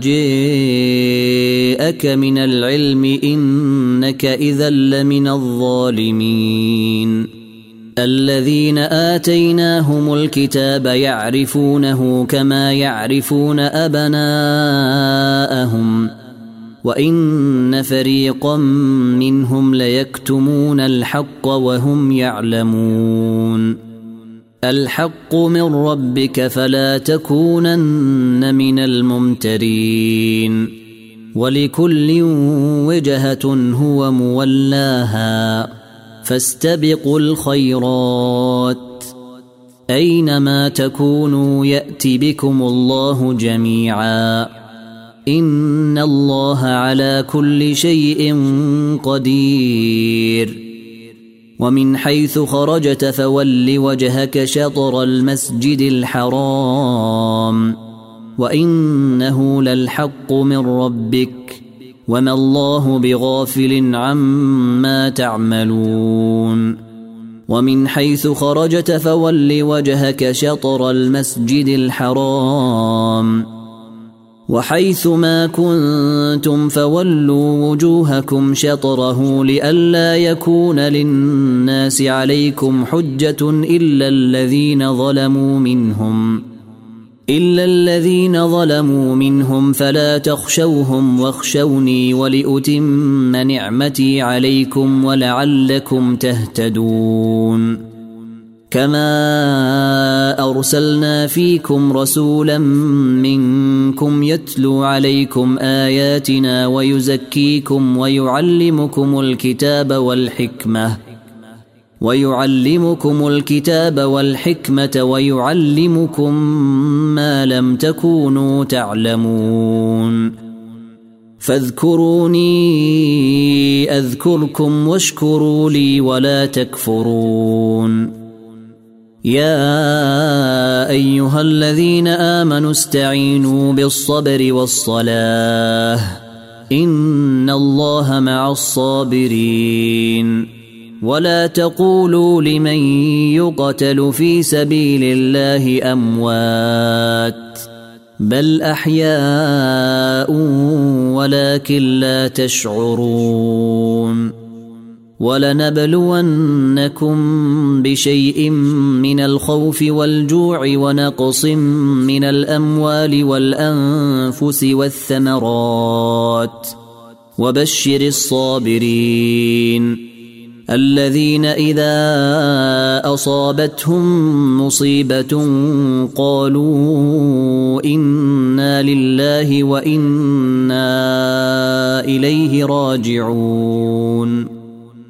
[SPEAKER 1] جاءك من العلم إنك إذا لمن الظالمين الذين آتيناهم الكتاب يعرفونه كما يعرفون أبناءهم وإن فريقا منهم ليكتمون الحق وهم يعلمون الحق من ربك فلا تكونن من الممترين ولكل وجهة هو مولاها فاستبقوا الخيرات أينما تكونوا يأتي بكم الله جميعا إن الله على كل شيء قدير ومن حيث خرجت فول وجهك شطر المسجد الحرام وإنه للحق من ربك وما الله بغافل عما تعملون ومن حيث خرجت فول وجهك شطر المسجد الحرام وحيث ما كنتم فولوا وجوهكم شطره لئلا يكون للناس عليكم حجة إلا الذين ظلموا منهم فلا تخشوهم واخشوني ولأتم نعمتي عليكم ولعلكم تهتدون كما أرسلنا فيكم رسولا منكم يتلو عليكم آياتنا ويزكيكم ويعلمكم الكتاب والحكمة ويعلمكم ما لم تكونوا تعلمون فاذكروني أذكركم واشكروا لي ولا تكفرون يا أيها الذين آمنوا استعينوا بالصبر والصلاة إن الله مع الصابرين ولا تقولوا لمن يقتل في سبيل الله أموات بل أحياء ولكن لا تشعرون ولنبلونكم بشيء من الخوف والجوع ونقص من الأموال والأنفس والثمرات وبشر الصابرين الذين إذا أصابتهم مصيبة قالوا إنا لله وإنا إليه راجعون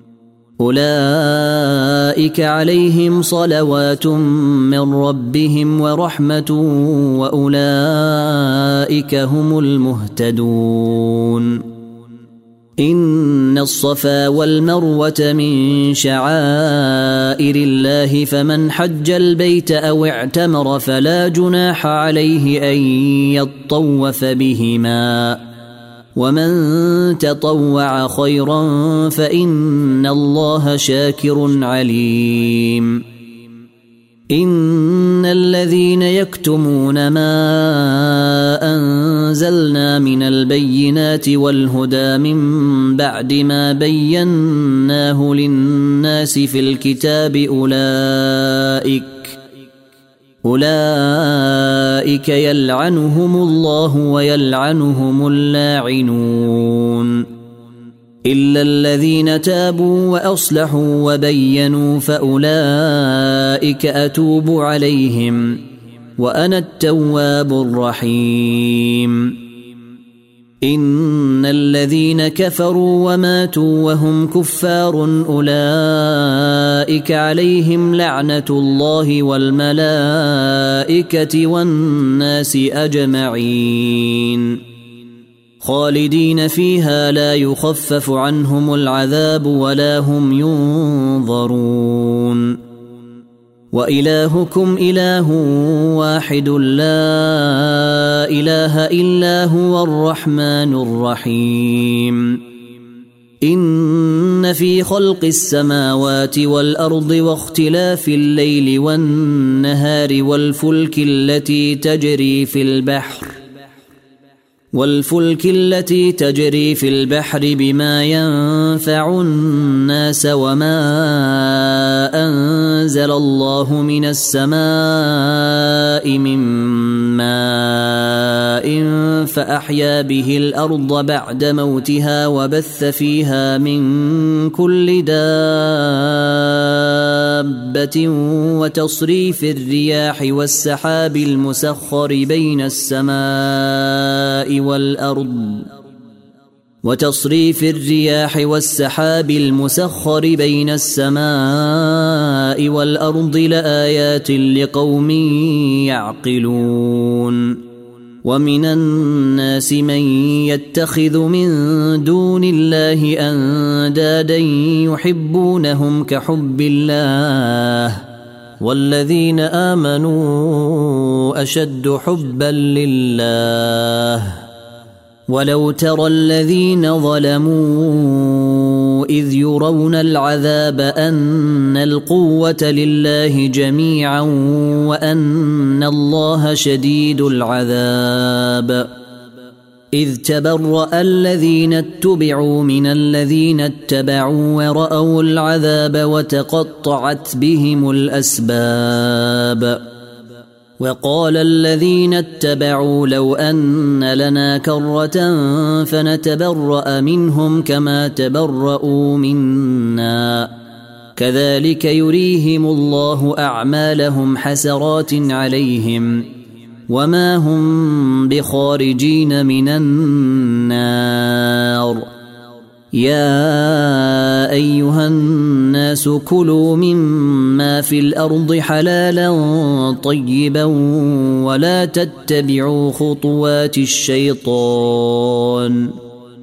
[SPEAKER 1] أولئك عليهم صلوات من ربهم ورحمة وأولئك هم المهتدون إن الصفا والمروة من شعائر الله فمن حج البيت أو اعتمر فلا جناح عليه أن يطوف بهما ومن تطوع خيرا فإن الله شاكر عليم إن الذين يكتمون ما أنزلنا من البينات والهدى من بعد ما بيناه للناس في الكتاب أولئك يلعنهم الله ويلعنهم اللاعنون إلا الذين تابوا وأصلحوا وبينوا فأولئك أتوب عليهم وأنا التواب الرحيم إن الذين كفروا وماتوا وهم كفار أولئك عليهم لعنة الله والملائكة والناس أجمعين خالدين فيها لا يخفف عنهم العذاب ولا هم ينظرون وإلهكم إله واحد لا إله إلا هو الرحمن الرحيم إن في خلق السماوات والأرض واختلاف الليل والنهار والفلك التي تجري في البحر بما ينفع الناس وما أنزل الله من السماء من ماء فأحيا به الأرض بعد موتها وبث فيها من كل دابة وتصريف الرياح والسحاب المسخر بين السماء والأرض لآيات لقوم يعقلون ومن الناس من يتخذ من دون الله أندادا يحبونهم كحب الله والذين آمنوا أشد حبا لله ولو ترى الذين ظلموا إذ يرون العذاب أن القوة لله جميعا وأن الله شديد العذاب إذ تبرأ الذين اتبعوا من الذين اتبعوا ورأوا العذاب وتقطعت بهم الأسباب وقال الذين اتبعوا لو أن لنا كرة فنتبرأ منهم كما تبرؤوا منا كذلك يريهم الله أعمالهم حسرات عليهم وما هم بخارجين من النار يا أيها الناس كلوا مما في الأرض حلالا طيبا ولا تتبعوا خطوات الشيطان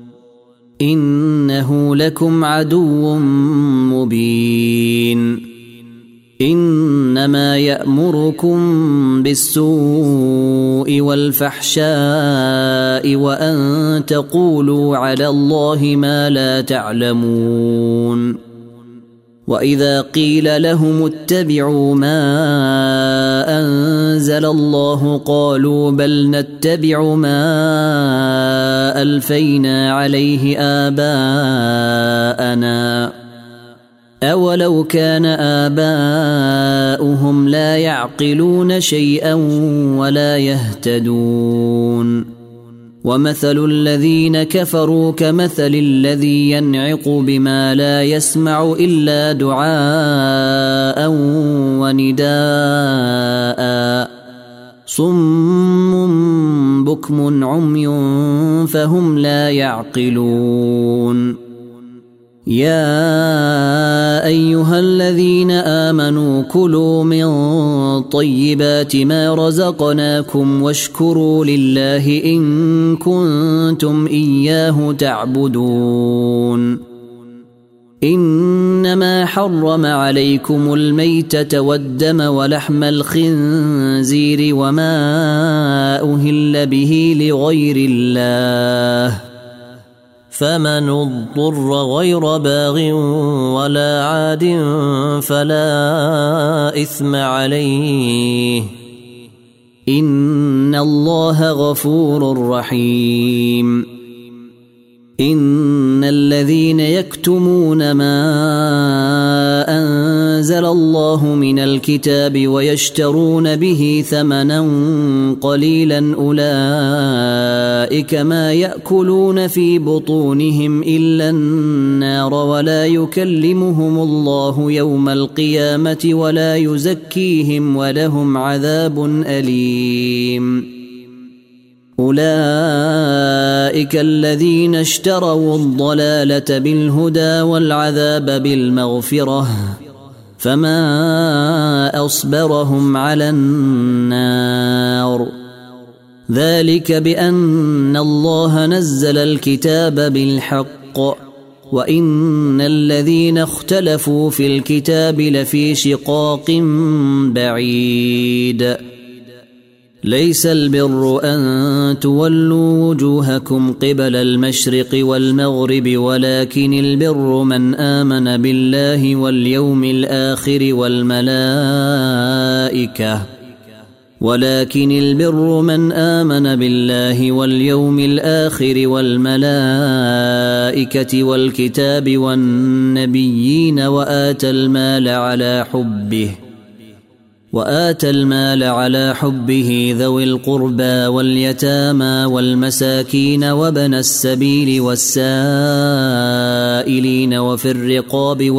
[SPEAKER 1] إنه لكم عدو مبين إنما يأمركم بالسوء والفحشاء وأن تقولوا على الله ما لا تعلمون وإذا قيل لهم اتبعوا ما أنزل الله قالوا بل نتبع ما ألفينا عليه آباءنا أولو كان آباؤهم لا يعقلون شيئا ولا يهتدون ومثل الذين كفروا كمثل الذي ينعق بما لا يسمع إلا دعاء ونداء صم بكم عمي فهم لا يعقلون يا أيها الذين آمنوا كلوا من طيبات ما رزقناكم واشكروا لله إن كنتم إياه تعبدون إنما حرم عليكم الميتة والدم ولحم الخنزير وما أهل به لغير الله فمن اضطر غير باغ ولا عاد فلا إثم عليه إن الله غفور رحيم إن الذين يكتمون ما أنزل الله من الكتاب ويشترون به ثمنا قليلا أولئك ما يأكلون في بطونهم إلا النار ولا يكلمهم الله يوم القيامة ولا يزكيهم ولهم عذاب أليم أولئك الذين اشتروا الضلالة بالهدى والعذاب بالمغفرة فما أصبرهم على النار ذلك بأن الله نزل الكتاب بالحق وإن الذين اختلفوا في الكتاب لفي شقاق بعيد ليس البر أن تولوا وجوهكم قبل المشرق والمغرب ولكن البر من آمن بالله واليوم الآخر والملائكة والكتاب والنبيين وآتى المال على حبه ذوي القربى واليتامى والمساكين وابن السبيل والسائلين وفي الرقاب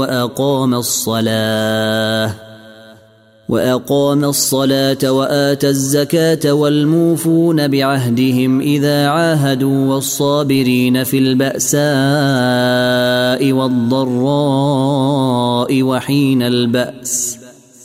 [SPEAKER 1] وأقام الصلاة وآتى الزكاة والموفون بعهدهم إذا عاهدوا والصابرين في البأساء والضراء وحين البأس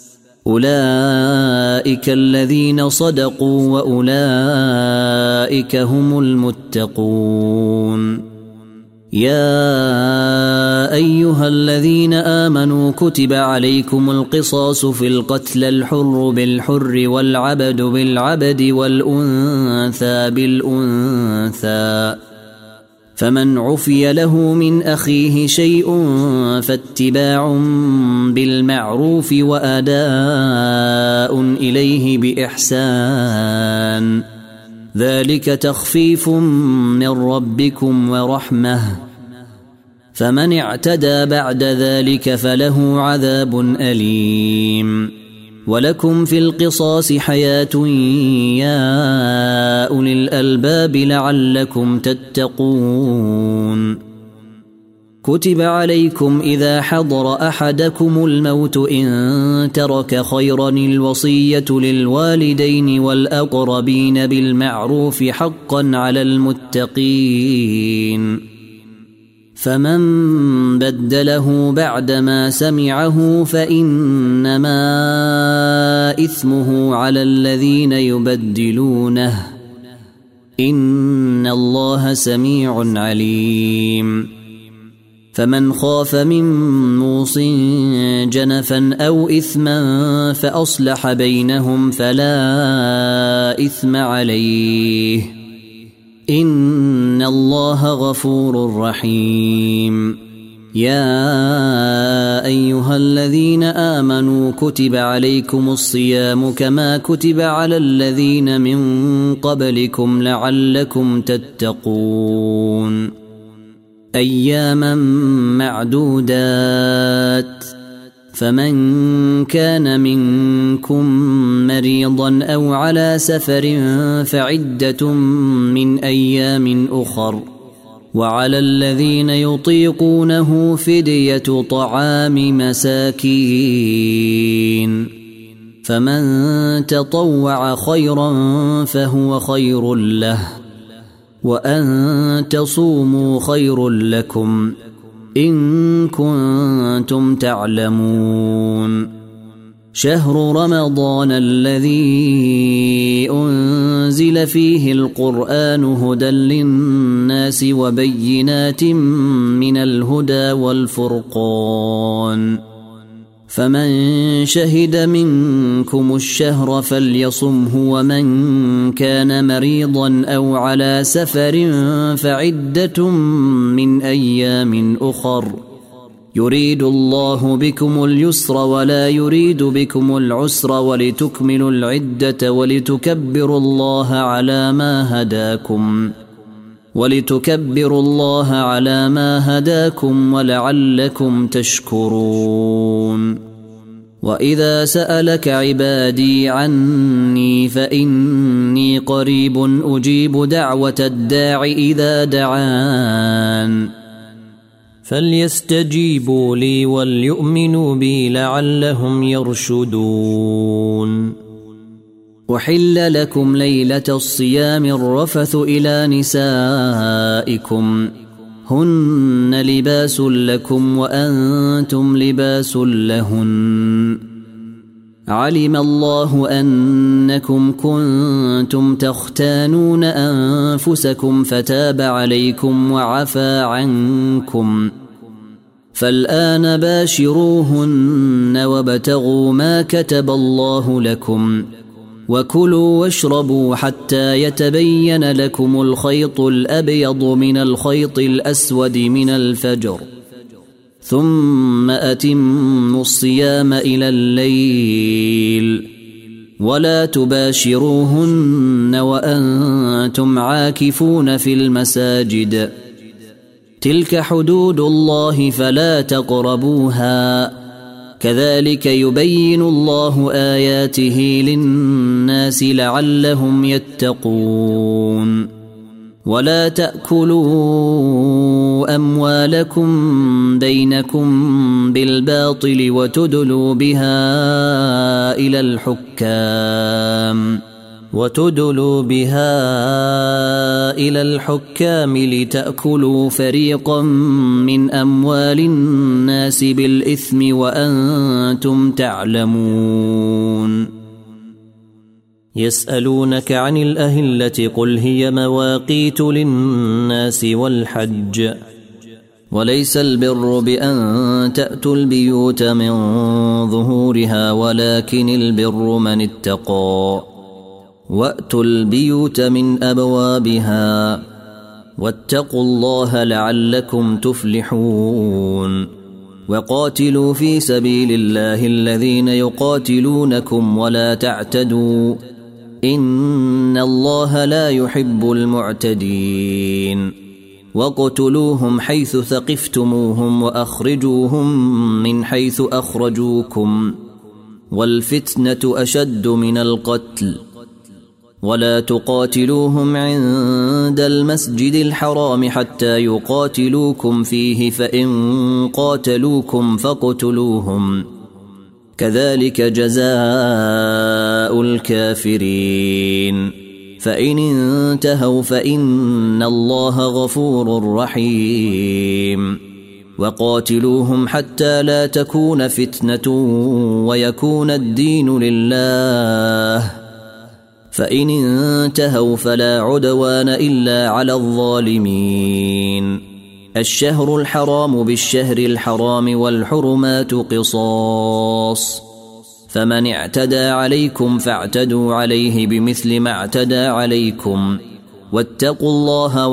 [SPEAKER 1] أولئك الذين صدقوا وأولئك هم المتقون يا أيها الذين آمنوا كتب عليكم القصاص في القتلى الحر بالحر والعبد بالعبد والأنثى بالأنثى فمن عفي له من أخيه شيء فاتباع بالمعروف وأداء إليه بإحسان ذلك تخفيف من ربكم ورحمة فمن اعتدى بعد ذلك فله عذاب أليم ولكم في القصاص حياة يا أولي الألباب لعلكم تتقون كتب عليكم إذا حضر أحدكم الموت إن ترك خيرا الوصية للوالدين والأقربين بالمعروف حقا على المتقين فمن بدله بعدما سمعه فإنما إثمه على الذين يبدلونه إن الله سميع عليم فمن خاف من موص جنفا أو إثما فأصلح بينهم فلا إثم عليه إن الله غفور رحيم يا أيها الذين آمنوا كتب عليكم الصيام كما كتب على الذين من قبلكم لعلكم تتقون أياما معدودات فمن كان منكم مريضا أو على سفر فعدة من أيام أخر وعلى الذين يطيقونه فدية طعام مساكين فمن تطوع خيرا فهو خير له وأن تصوموا خير لكم إن كنتم تعلمون شهر رمضان الذي أنزل فيه القرآن هدى للناس وبينات من الهدى والفرقان فمن شهد منكم الشهر فليصمه ومن كان مريضا أو على سفر فعدة من أيام أخر يريد الله بكم اليسر ولا يريد بكم العسر ولتكملوا العدة ولتكبروا الله على ما هداكم ولعلكم تشكرون وإذا سألك عبادي عني فإني قريب أجيب دعوة الداع إذا دعان فليستجيبوا لي وليؤمنوا بي لعلهم يرشدون. أحل لكم ليلة الصيام الرفث إلى نسائكم هن لباس لكم وأنتم لباس لهن علم الله أنكم كنتم تختانون أنفسكم فتاب عليكم وعفى عنكم فالآن باشروهن وابتغوا ما كتب الله لكم وكلوا واشربوا حتى يتبين لكم الخيط الأبيض من الخيط الأسود من الفجر ثم أتموا الصيام إلى الليل ولا تباشروهن وأنتم عاكفون في المساجد تلك حدود الله فلا تقربوها كذلك يبين الله آياته للناس لعلهم يتقون. ولا تأكلوا أموالكم بينكم بالباطل وتدلوا بها إلى الحكام لتأكلوا فريقا من أموال الناس بالإثم وأنتم تعلمون. يسألونك عن الأهلة قل هي مواقيت للناس والحج وليس البر بأن تأتوا البيوت من ظهورها ولكن البر من اتقى وأتوا البيوت من أبوابها واتقوا الله لعلكم تفلحون. وقاتلوا في سبيل الله الذين يقاتلونكم ولا تعتدوا إن الله لا يحب المعتدين. وقتلوهم حيث ثقفتموهم وأخرجوهم من حيث أخرجوكم والفتنة أشد من القتل ولا تقاتلوهم عند المسجد الحرام حتى يقاتلوكم فيه فإن قاتلوكم فاقتلوهم كذلك جزاء الكافرين. فإن انتهوا فإن الله غفور رحيم. وقاتلوهم حتى لا تكون فتنة ويكون الدين لله فإن انتهوا فلا عدوان إلا على الظالمين. الشهر الحرام بالشهر الحرام والحرمات قصاص فمن اعتدى عليكم فاعتدوا عليه بمثل ما اعتدى عليكم واتقوا الله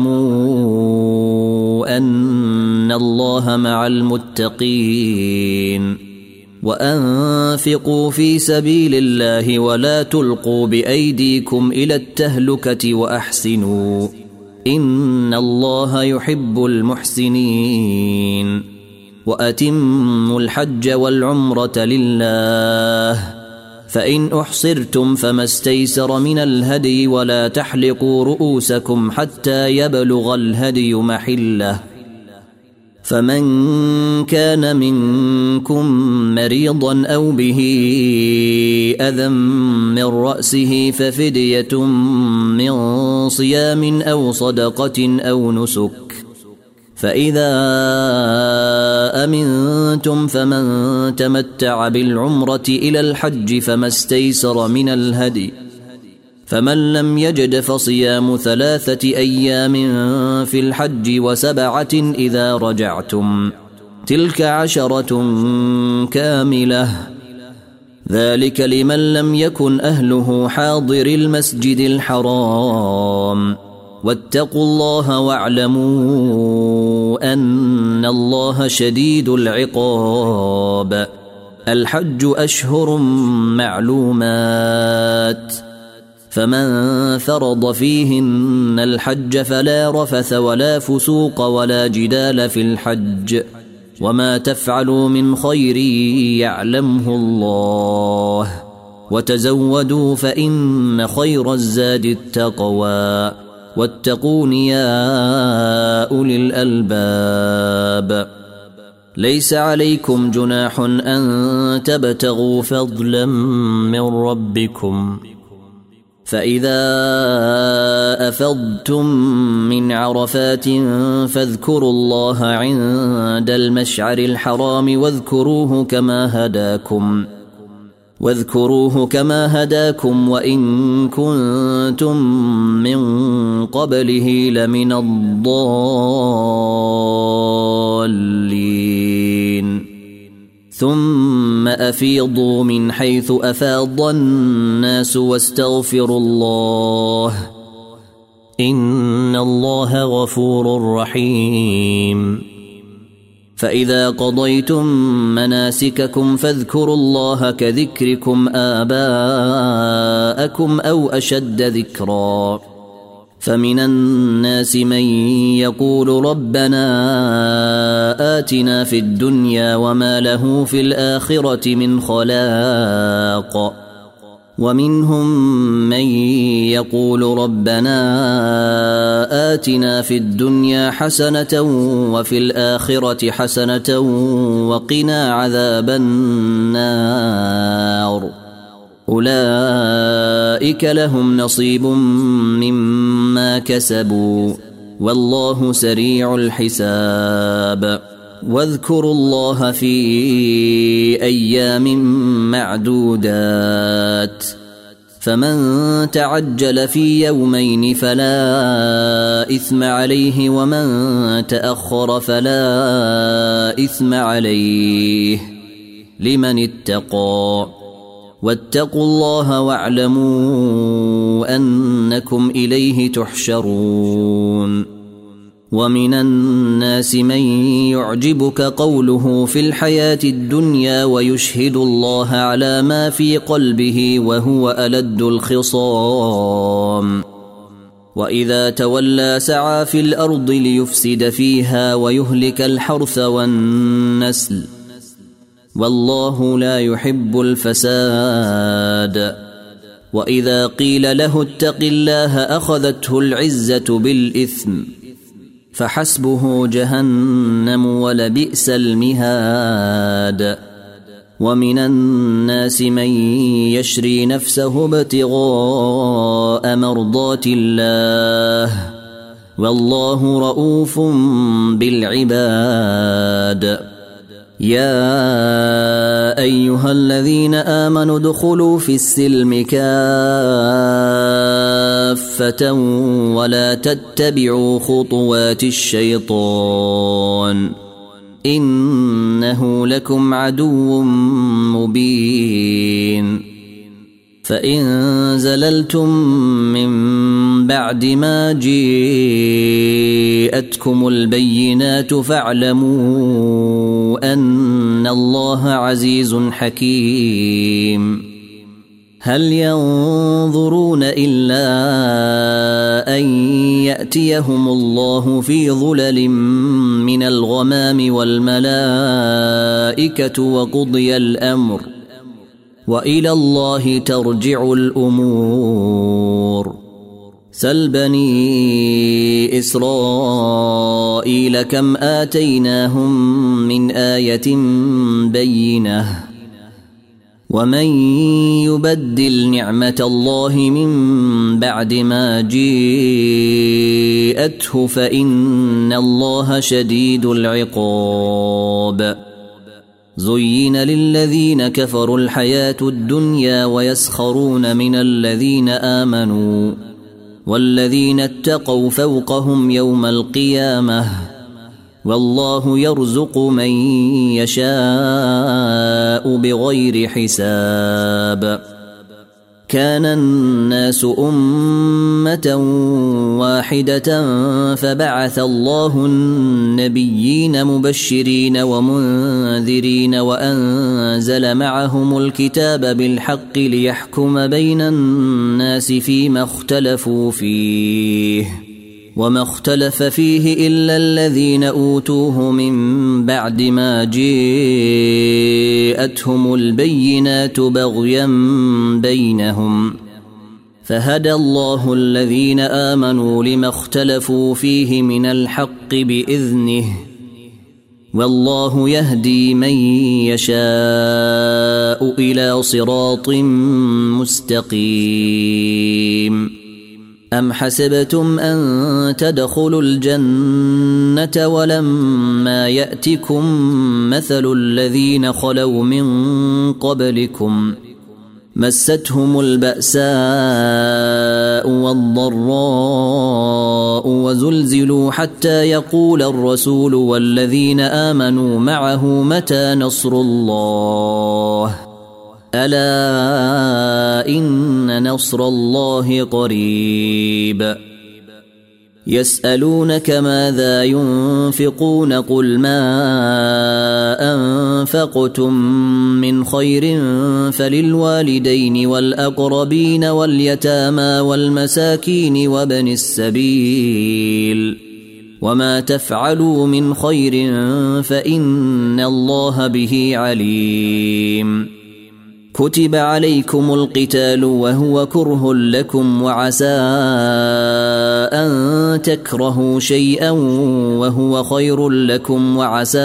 [SPEAKER 1] واعلموا أن الله مع المتقين. وأنفقوا في سبيل الله ولا تلقوا بأيديكم إلى التهلكة وأحسنوا إن الله يحب المحسنين. وأتموا الحج والعمرة لله فإن أحصرتم فما استيسر من الهدي ولا تحلقوا رؤوسكم حتى يبلغ الهدي محله فمن كان منكم مريضا أو به أذى من رأسه ففدية من صيام أو صدقة أو نسك فإذا أمنتم فمن تمتع بالعمرة إلى الحج فما استيسر من الهدي فمن لم يجد فصيام 3 أيام في الحج و7 إذا رجعتم تلك 10 كاملة ذلك لمن لم يكن أهله حاضر المسجد الحرام واتقوا الله واعلموا أن الله شديد العقاب. الحج أشهر معلومات فمن فرض فيهن الحج فلا رفث ولا فسوق ولا جدال في الحج وما تفعلوا من خير يعلمه الله وتزودوا فإن خير الزاد التقوى واتقون يا أولي الألباب ليس عليكم جناح أن تبتغوا فضلا من ربكم فإذا أفضتم من عرفات فاذكروا الله عند المشعر الحرام واذكروه كما هداكم وإن كنتم من قبله لمن الضالين ثم أفيضوا من حيث أفاض الناس واستغفروا الله إن الله غفور رحيم فإذا قضيتم مناسككم فاذكروا الله كذكركم آباءكم أو أشد ذكرا فمن الناس من يقول ربنا آتنا في الدنيا وما له في الآخرة من خلاق ومنهم من يقول ربنا آتنا في الدنيا حسنة وفي الآخرة حسنة وقنا عذاب النار أولئك لهم نصيب مما كسبوا والله سريع الحساب واذكروا الله في أيام معدودات فمن تعجل في يومين فلا إثم عليه ومن تأخر فلا إثم عليه لمن اتقى واتقوا الله واعلموا أنكم إليه تحشرون ومن الناس من يعجبك قوله في الحياة الدنيا ويشهد الله على ما في قلبه وهو ألد الخصام وإذا تولى سعى في الأرض ليفسد فيها ويهلك الحرث والنسل والله لا يحب الفساد وإذا قيل له اتق الله أخذته العزة بالإثم فحسبه جهنم ولبئس المهاد ومن الناس من يشري نفسه ابتغاء مرضات الله والله رؤوف بالعباد يا أيها الذين آمنوا ادخلوا في السلم كافة ولا تتبعوا خطوات الشيطان إنه لكم عدو مبين فإن زللتم من بعد ما جاءتكم البينات فاعلموا أن الله عزيز حكيم هل ينظرون إلا أن يأتيهم الله في ظلل من الغمام والملائكة وقضي الأمر وإلى الله ترجع الأمور سل بني إسرائيل كم آتيناهم من آية بينة ومن يبدل نعمة الله من بعد ما جاءته فإن الله شديد العقاب زين للذين كفروا الحياة الدنيا ويسخرون من الذين آمنوا والذين اتقوا فوقهم يوم القيامة والله يرزق من يشاء بغير حساب كان الناس أمة واحدة فبعث الله النبيين مبشرين ومنذرين وأنزل معهم الكتاب بالحق ليحكم بين الناس فيما اختلفوا فيه وما اختلف فيه إلا الذين أوتوه من بعد ما جاءتهم البينات بغيا بينهم فهدى الله الذين آمنوا لما اختلفوا فيه من الحق بإذنه والله يهدي من يشاء إلى صراط مستقيم أم حسبتم أن تدخلوا الجنة ولما يأتكم مثل الذين خلوا من قبلكم مستهم البأساء والضراء وزلزلوا حتى يقول الرسول والذين آمنوا معه متى نصر الله ألا إن نصر الله قريب يسألونك ماذا ينفقون قل ما أنفقتم من خير فللوالدين والأقربين واليتامى والمساكين وابن السبيل وما تفعلوا من خير فإن الله به عليم كتب عليكم القتال وهو كره لكم وعسى أن تكرهوا شيئا وهو خير لكم وعسى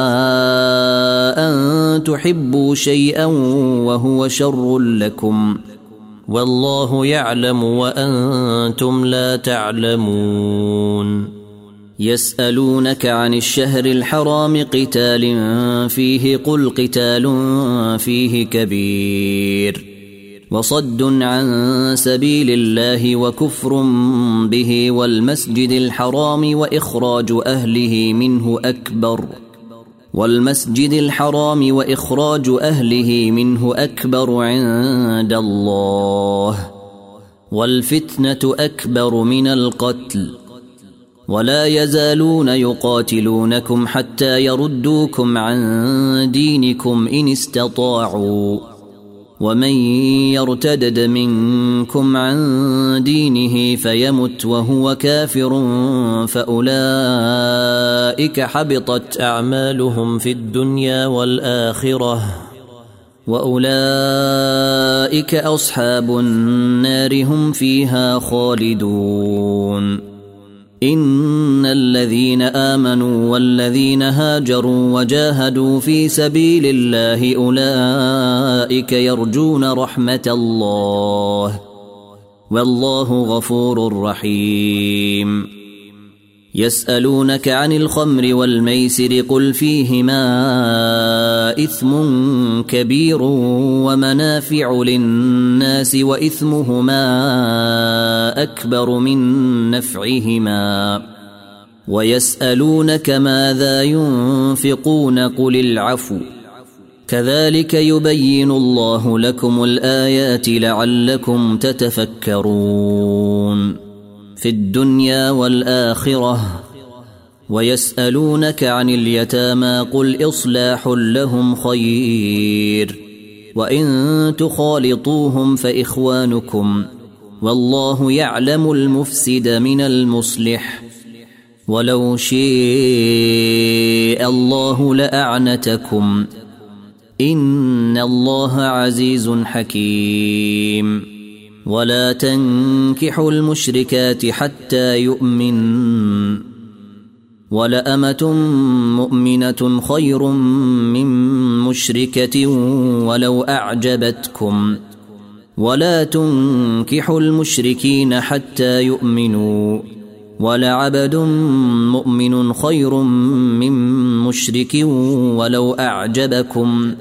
[SPEAKER 1] أن تحبوا شيئا وهو شر لكم والله يعلم وأنتم لا تعلمون يسألونك عن الشهر الحرام قتال فيه قل قتال فيه كبير وصد عن سبيل الله وكفر به والمسجد الحرام وإخراج أهله منه أكبر عند الله والفتنة أكبر من القتل ولا يزالون يقاتلونكم حتى يردوكم عن دينكم إن استطاعوا ومن يرتدد منكم عن دينه فيمت وهو كافر فأولئك حبطت أعمالهم في الدنيا والآخرة وأولئك أصحاب النار هم فيها خالدون إن الذين آمنوا والذين هاجروا وجاهدوا في سبيل الله أولئك يرجون رحمة الله والله غفور رحيم يسألونك عن الخمر والميسر قل فيهما إثم كبير ومنافع للناس وإثمهما أكبر من نفعهما ويسألونك ماذا ينفقون قل العفو كذلك يبين الله لكم الآيات لعلكم تتفكرون في الدنيا والآخرة ويسألونك عن اليتامى قل إصلاح لهم خير وإن تخالطوهم فإخوانكم والله يعلم المفسد من المصلح ولو شاء الله لأعنتكم إن الله عزيز حكيم ولا تنكحوا المشركات حتى يؤمن ولأمة مؤمنة خير من مشركة ولو أعجبتكم ولا تنكحوا المشركين حتى يؤمنوا ولعبد مؤمن خير من مشرك ولو أعجبكم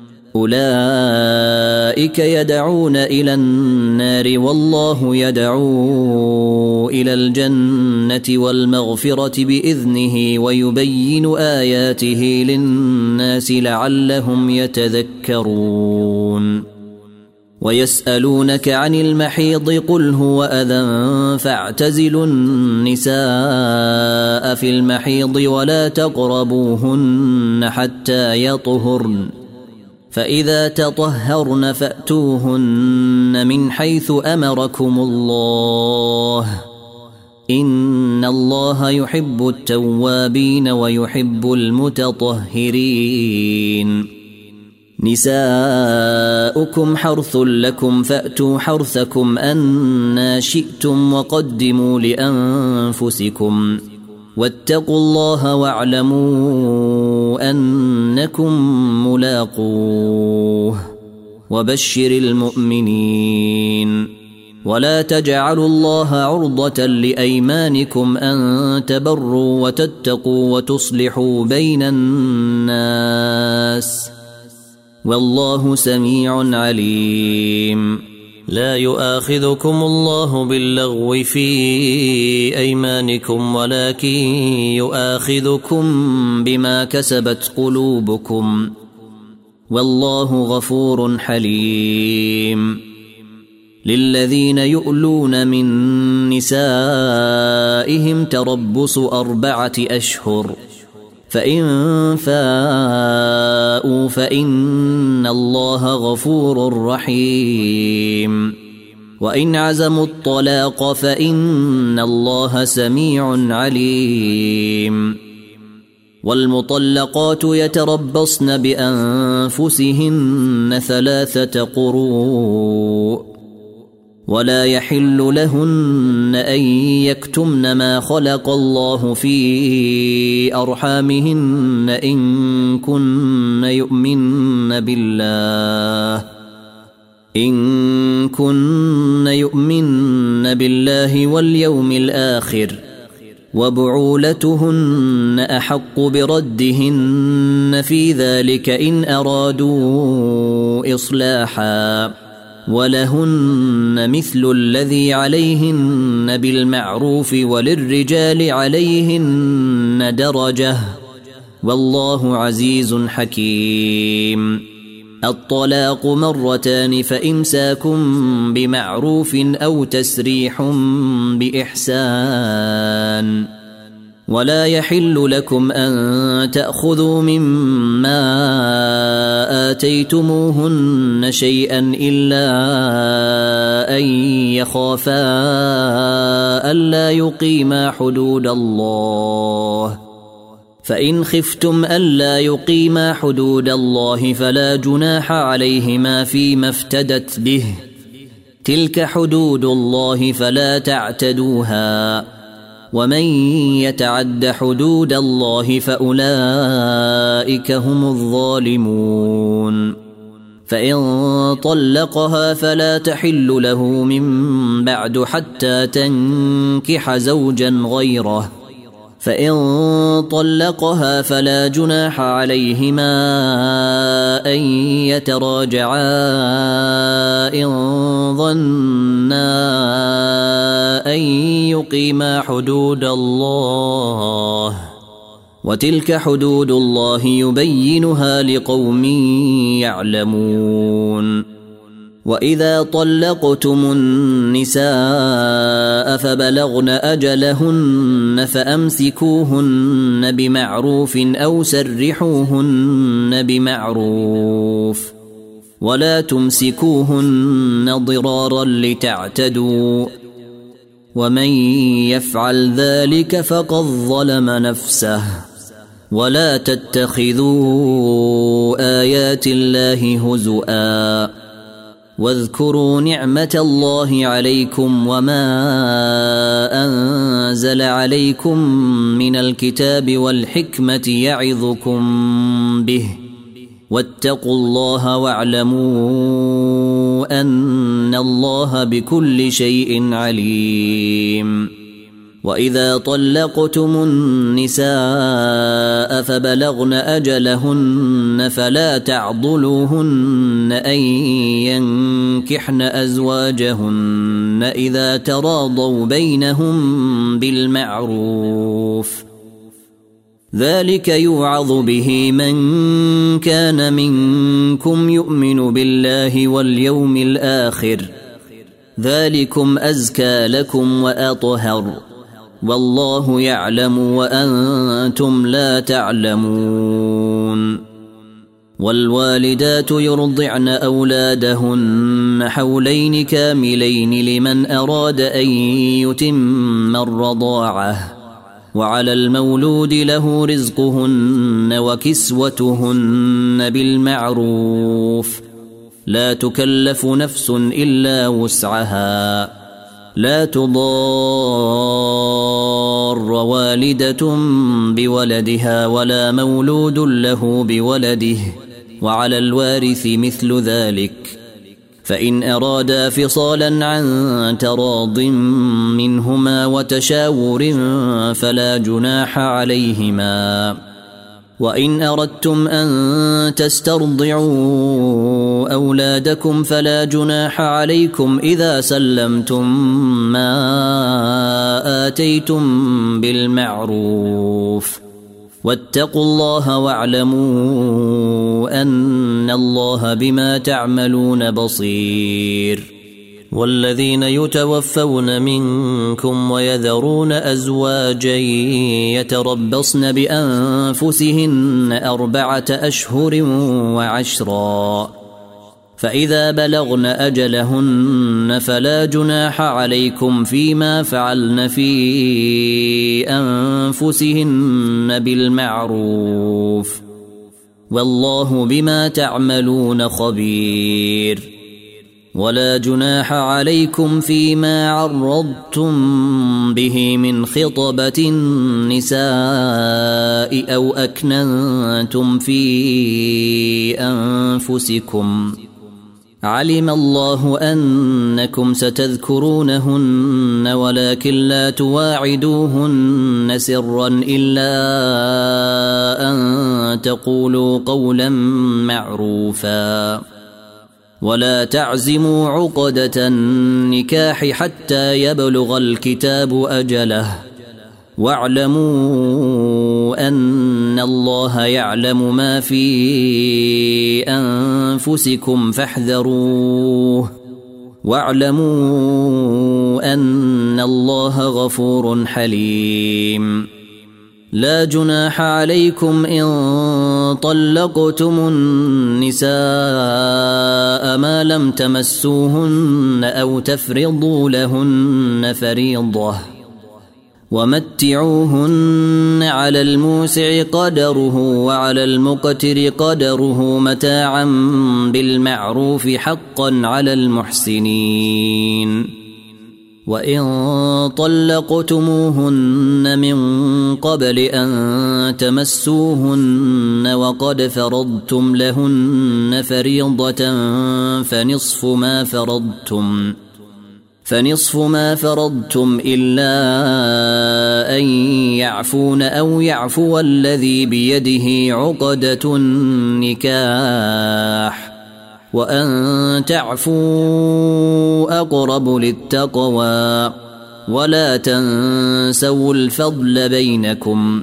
[SPEAKER 1] أولئك يدعون إلى النار والله يدعو إلى الجنة والمغفرة بإذنه ويبين آياته للناس لعلهم يتذكرون ويسألونك عن المحيض قل هو أذى فاعتزلوا النساء في المحيض ولا تقربوهن حتى يطهرن فإذا تطهرن فأتوهن من حيث أمركم الله إن الله يحب التوابين ويحب المتطهرين نساؤكم حرث لكم فأتوا حرثكم أنى شئتم وقدموا لأنفسكم واتقوا الله واعلموا أنكم ملاقوه وبشر المؤمنين ولا تجعلوا الله عرضة لأيمانكم أن تبروا وتتقوا وتصلحوا بين الناس والله سميع عليم لا يؤاخذكم الله باللغو في أيمانكم ولكن يؤاخذكم بما كسبت قلوبكم والله غفور حليم للذين يؤلون من نسائهم تربص 4 أشهر فإن فاءوا فإن الله غفور رحيم وإن عزموا الطلاق فإن الله سميع عليم والمطلقات يتربصن بأنفسهن 3 قروء ولا يحل لهن أن يكتمن ما خلق الله في أرحامهن إن كن يؤمن بالله واليوم الآخر وبعولتهن أحق بردهن في ذلك إن أرادوا إصلاحا ولهن مثل الذي عليهن بالمعروف وللرجال عليهن درجة والله عزيز حكيم الطلاق 2 فإمساكم بمعروف أو تسريح بإحسان ولا يحل لكم أن تأخذوا مما آتيتموهن شيئا إلا أن يخافا ألا يقيما حدود الله فإن خفتم ألا يقيما حدود الله فلا جناح عليهما فيما افتدت به تلك حدود الله فلا تعتدوها ومن يتعد حدود الله فأولئك هم الظالمون فإن طلقها فلا تحل له من بعد حتى تنكح زوجا غيره فإن طلقها فلا جناح عليهما أن يتراجعا إن ظنا أن يقيما حدود الله وتلك حدود الله يبينها لقوم يعلمون وإذا طلقتم النساء فبلغن أجلهن فأمسكوهن بمعروف أو سرحوهن بمعروف ولا تمسكوهن ضرارا لتعتدوا ومن يفعل ذلك فقد ظلم نفسه ولا تتخذوا آيات الله هزؤا واذكروا نعمة الله عليكم وما أنزل عليكم من الكتاب والحكمة يعظكم به واتقوا الله واعلموا أن الله بكل شيء عليم وإذا طلقتم النساء فبلغن أجلهن فلا تعضلوهن أن ينكحن أزواجهن إذا تراضوا بينهم بالمعروف ذلك يوعظ به من كان منكم يؤمن بالله واليوم الآخر ذلكم أزكى لكم وأطهر والله يعلم وأنتم لا تعلمون والوالدات يرضعن أولادهن حولين كاملين لمن أراد أن يتم الرضاعة وعلى المولود له رزقهن وكسوتهن بالمعروف لا تكلف نفس إلا وسعها لا تضار والدة بولدها ولا مولود له بولده وعلى الوارث مثل ذلك فإن أرادا فصالا عن تراض منهما وتشاور فلا جناح عليهما وإن أردتم أن تسترضعوا أولادكم فلا جناح عليكم إذا سلمتم ما آتيتم بالمعروف واتقوا الله واعلموا أن الله بما تعملون بصير والذين يتوفون منكم ويذرون أزواجا يتربصن بأنفسهن 4 أشهر وعشرا فإذا بلغن أجلهن فلا جناح عليكم فيما فعلن في أنفسهن بالمعروف والله بما تعملون خبير ولا جناح عليكم فيما عرضتم به من خطبة النساء أو أكننتم في أنفسكم علم الله أنكم ستذكرونهن ولكن لا تواعدوهن سرا إلا أن تقولوا قولا معروفا ولا تعزموا عقدة النكاح حتى يبلغ الكتاب أجله واعلموا أن الله يعلم ما في أنفسكم فاحذروه واعلموا أن الله غفور حليم لا جناح عليكم إن طلقتم النساء ما لم تمسوهن أو تفرضوا لهن فريضة ومتعوهن على الموسع قدره وعلى المقتر قدره متاعا بالمعروف حقا على المحسنين وإن طلقتموهن من قبل أن تمسوهن وقد فرضتم لهن فريضة فنصف ما فرضتم إلا أن يعفون أو يعفو الذي بيده عقدة النكاح وأن تعفوا أقرب للتقوى ولا تنسوا الفضل بينكم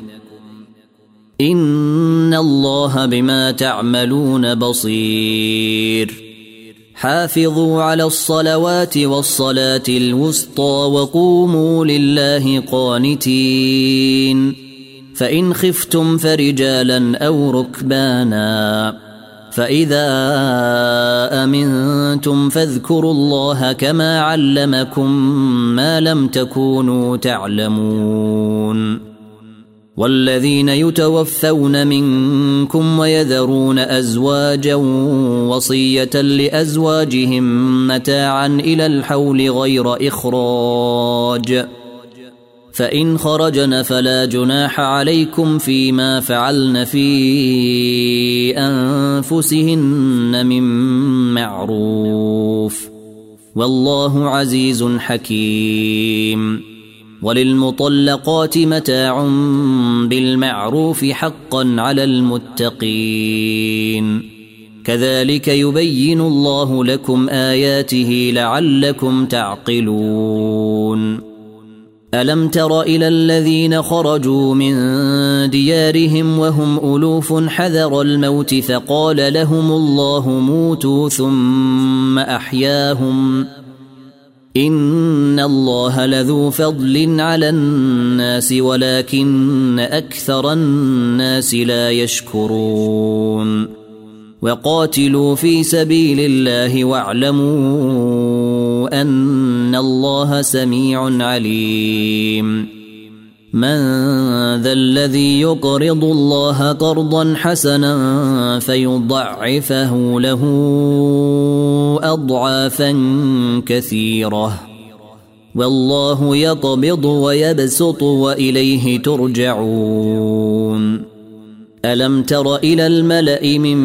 [SPEAKER 1] إن الله بما تعملون بصير حافظوا على الصلوات والصلاة الوسطى وقوموا لله قانتين فإن خفتم فرجالا أو ركبانا فإذا أمنتم فاذكروا الله كما علمكم ما لم تكونوا تعلمون والذين يتوفون منكم ويذرون أزواجا وصية لأزواجهم متاعا إلى الحول غير إخراج فإن خرجن فلا جناح عليكم فيما فعلن في أنفسهن من معروف والله عزيز حكيم وللمطلقات متاع بالمعروف حقا على المتقين كذلك يبين الله لكم آياته لعلكم تعقلون ألم تر إلى الذين خرجوا من ديارهم وهم ألوف حذر الموت فقال لهم الله موتوا ثم أحياهم إن الله لذو فضل على الناس ولكن أكثر الناس لا يشكرون وقاتلوا في سبيل الله واعلموا أن الله سميع عليم من ذا الذي يقرض الله قرضا حسنا فيضعفه له أضعافا كثيرة والله يقبض ويبسط وإليه ترجعون ألم تر إلى الملأ من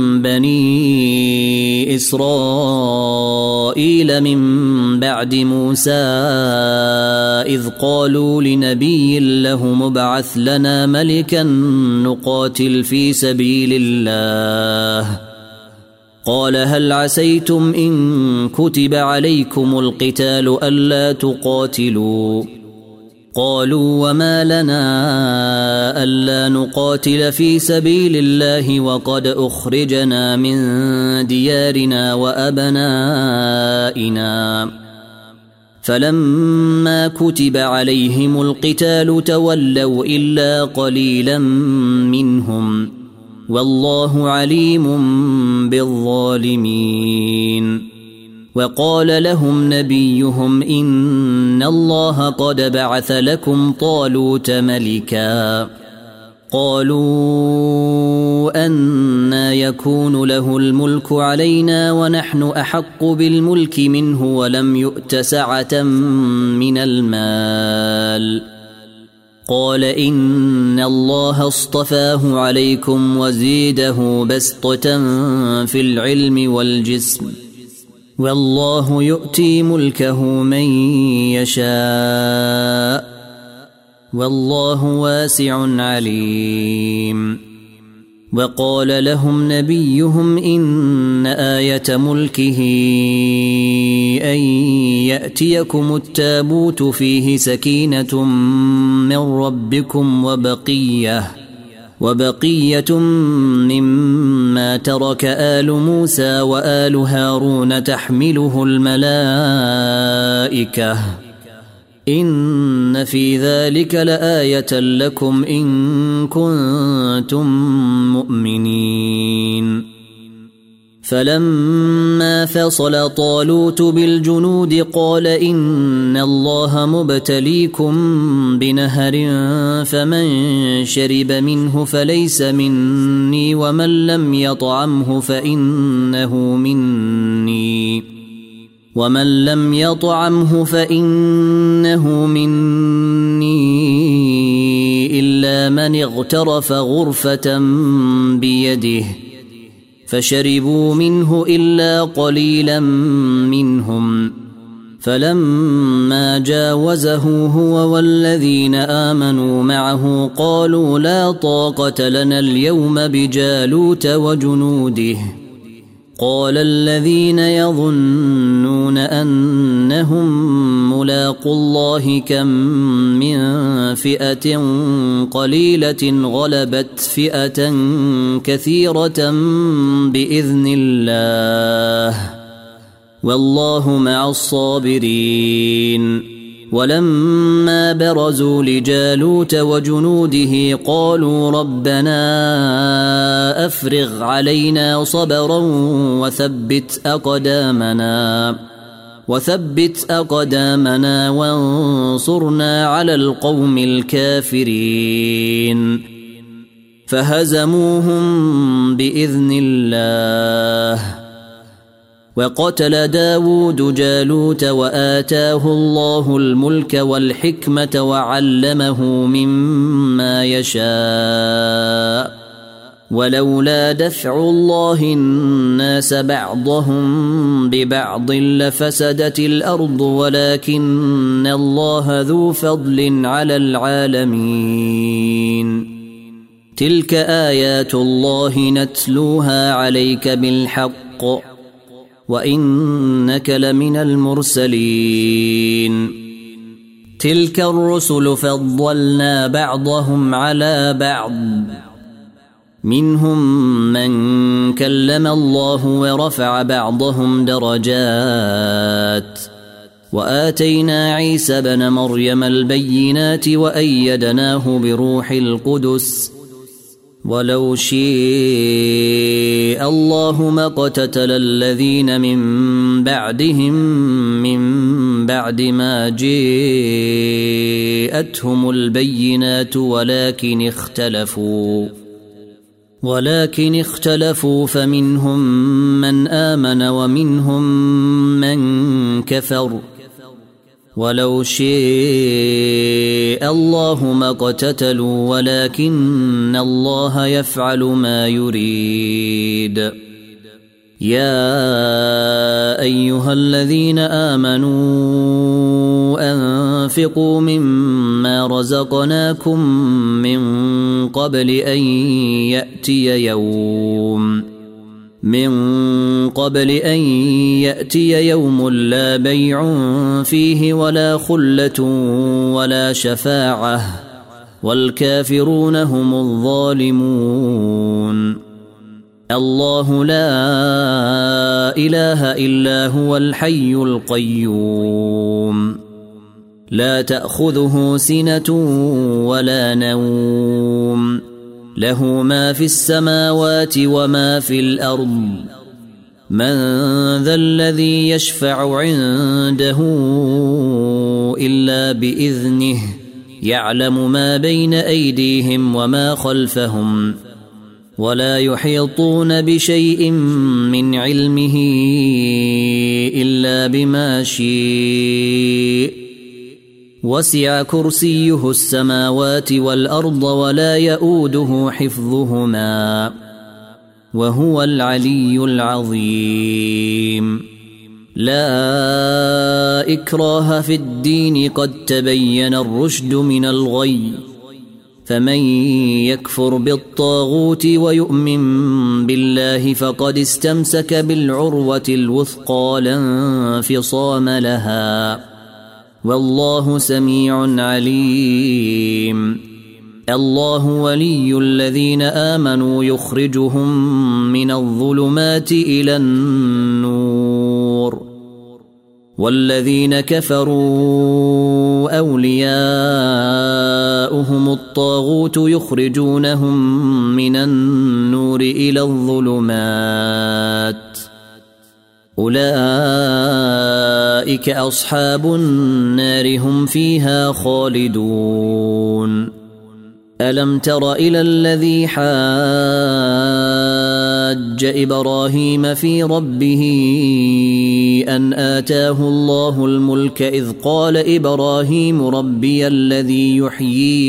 [SPEAKER 1] بني إسرائيل من بعد موسى إذ قالوا لنبي له مبعث لنا ملكا نقاتل في سبيل الله قال هل عسيتم إن كتب عليكم القتال ألا تقاتلوا قالوا وما لنا ألا نقاتل في سبيل الله وقد أخرجنا من ديارنا وأبنائنا فلما كتب عليهم القتال تولوا إلا قليلا منهم والله عليم بالظالمين وقال لهم نبيهم إن الله قد بعث لكم طالوت ملكا قالوا أنى يكون له الملك علينا ونحن أحق بالملك منه ولم يؤت سعة من المال قال إن الله اصطفاه عليكم وزيده بسطة في العلم والجسم والله يؤتي ملكه من يشاء والله واسع عليم وقال لهم نبيهم إن آية ملكه أن يأتيكم التابوت فيه سكينة من ربكم وبقية مما ترك آل موسى وآل هارون تحمله الملائكة إن في ذلك لآية لكم إن كنتم مؤمنين فلما فصل طالوت بالجنود قال إن الله مبتليكم بنهر فمن شرب منه فليس مني ومن لم يطعمه فإنه مني إلا من اغترف غرفة بيده فشربوا منه إلا قليلا منهم فلما جاوزه هو والذين آمنوا معه قالوا لا طاقة لنا اليوم بجالوت وجنوده قال الذين يظنون أنهم ملاقو الله كم من فئة قليلة غلبت فئة كثيرة بإذن الله والله مع الصابرين ولما برزوا لجالوت وجنوده قالوا ربنا أفرغ علينا صبرا وثبت أقدامنا وانصرنا على القوم الكافرين فهزموهم بإذن الله وقتل داود جالوت وآتاه الله الملك والحكمة وعلمه مما يشاء ولولا دفع الله الناس بعضهم ببعض لفسدت الأرض ولكن الله ذو فضل على العالمين تلك آيات الله نتلوها عليك بالحق وإنك لمن المرسلين تلك الرسل فضلنا بعضهم على بعض منهم من كلم الله ورفع بعضهم درجات وآتينا عيسى بن مريم البينات وأيدناه بروح القدس ولو شاء الله ما اقتتل الذين من بعدهم من بعد ما جاءتهم البينات ولكن اختلفوا فمنهم من آمن ومنهم من كفر ولو شاء الله ما اقتتلوا ولكن الله يفعل ما يريد. يا أيها الذين آمنوا أنفقوا مما رزقناكم من قبل أن يأتي يوم لا بيع فيه ولا خلة ولا شفاعة والكافرون هم الظالمون. الله لا إله إلا هو الحي القيوم لا تأخذه سنة ولا نوم له ما في السماوات وما في الأرض من ذا الذي يشفع عنده إلا بإذنه يعلم ما بين أيديهم وما خلفهم ولا يحيطون بشيء من علمه إلا بما شاء وسع كرسيه السماوات والأرض ولا يؤوده حفظهما وهو العلي العظيم. لا إكراه في الدين قد تبين الرشد من الغي فمن يكفر بالطاغوت ويؤمن بالله فقد استمسك بالعروة الوثقى لا انفصام لها والله سميع عليم. الله ولي الذين آمنوا يخرجهم من الظلمات إلى النور والذين كفروا أولياؤهم الطاغوت يخرجونهم من النور إلى الظلمات أولئك أصحاب النار هم فيها خالدون. ألم تر إلى الذي حاج إبراهيم في ربه أن آتاه الله الملك إذ قال إبراهيم ربي الذي يحيي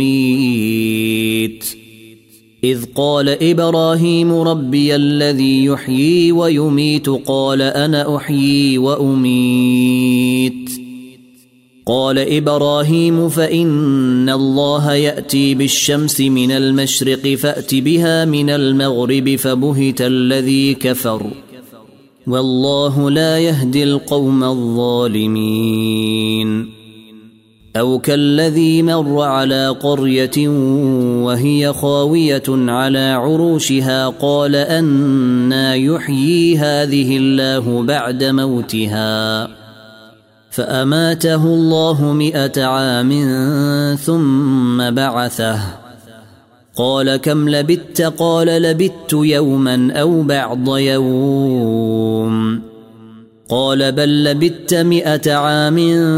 [SPEAKER 1] ويميت قال أنا أحيي وأميت قال إبراهيم فإن الله يأتي بالشمس من المشرق فأت بها من المغرب فبهت الذي كفر والله لا يهدي القوم الظالمين. أو كالذي مر على قرية وهي خاوية على عروشها قال أنى يحيي هذه الله بعد موتها فأماته الله 100 عام ثم بعثه قال كم لبثت قال لبثت يوما أو بعض يوم قال بل لبثت 100 عام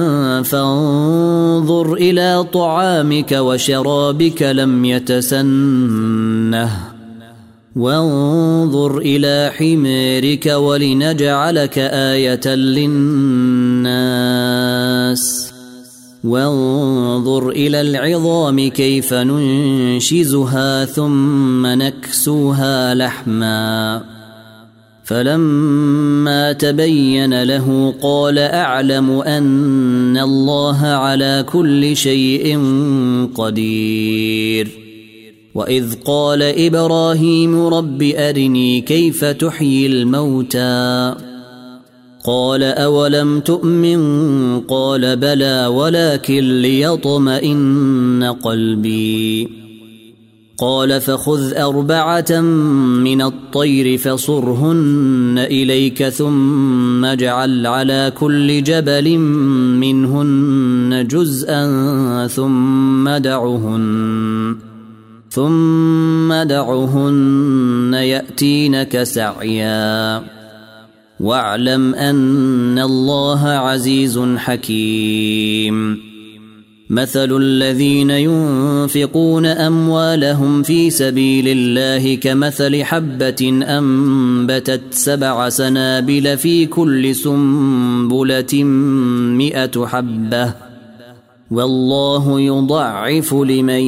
[SPEAKER 1] فانظر إلى طعامك وشرابك لم يتسنه وانظر إلى حميرك ولنجعلك آية للناس وانظر إلى العظام كيف ننشزها ثم نكسوها لحما فلما تبين له قال أعلم أن الله على كل شيء قدير. وإذ قال إبراهيم رب أرني كيف تحيي الموتى قال أولم تؤمن قال بلى ولكن ليطمئن قلبي قال فخذ 4 من الطير فصرهن إليك ثم اجعل على كل جبل منهن جزءا ثم دعهن يأتينك سعيا واعلم أن الله عزيز حكيم مثل الذين ينفقون أموالهم في سبيل الله كمثل حبة أنبتت 7 سنابل في كل سنبلة 100 حبة والله يضعف لمن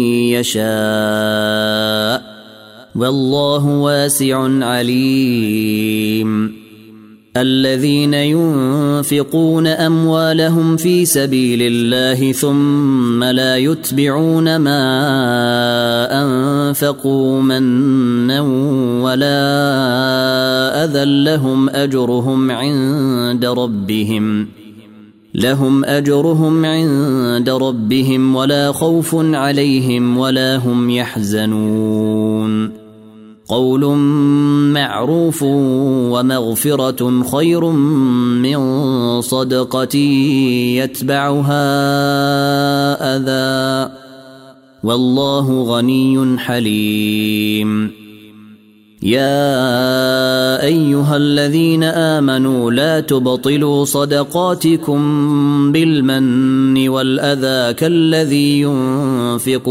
[SPEAKER 1] يشاء والله واسع عليم الذين ينفقون أموالهم في سبيل الله ثم لا يتبعون ما أنفقوا منا ولا أذى لهم أجرهم عند ربهم ولا خوف عليهم ولا هم يحزنون قول معروف ومغفرة خير من صدقة يتبعها أذى والله غني حليم يا أيها الذين آمنوا لا تبطلوا صدقاتكم بالمن والأذى كالذي ينفق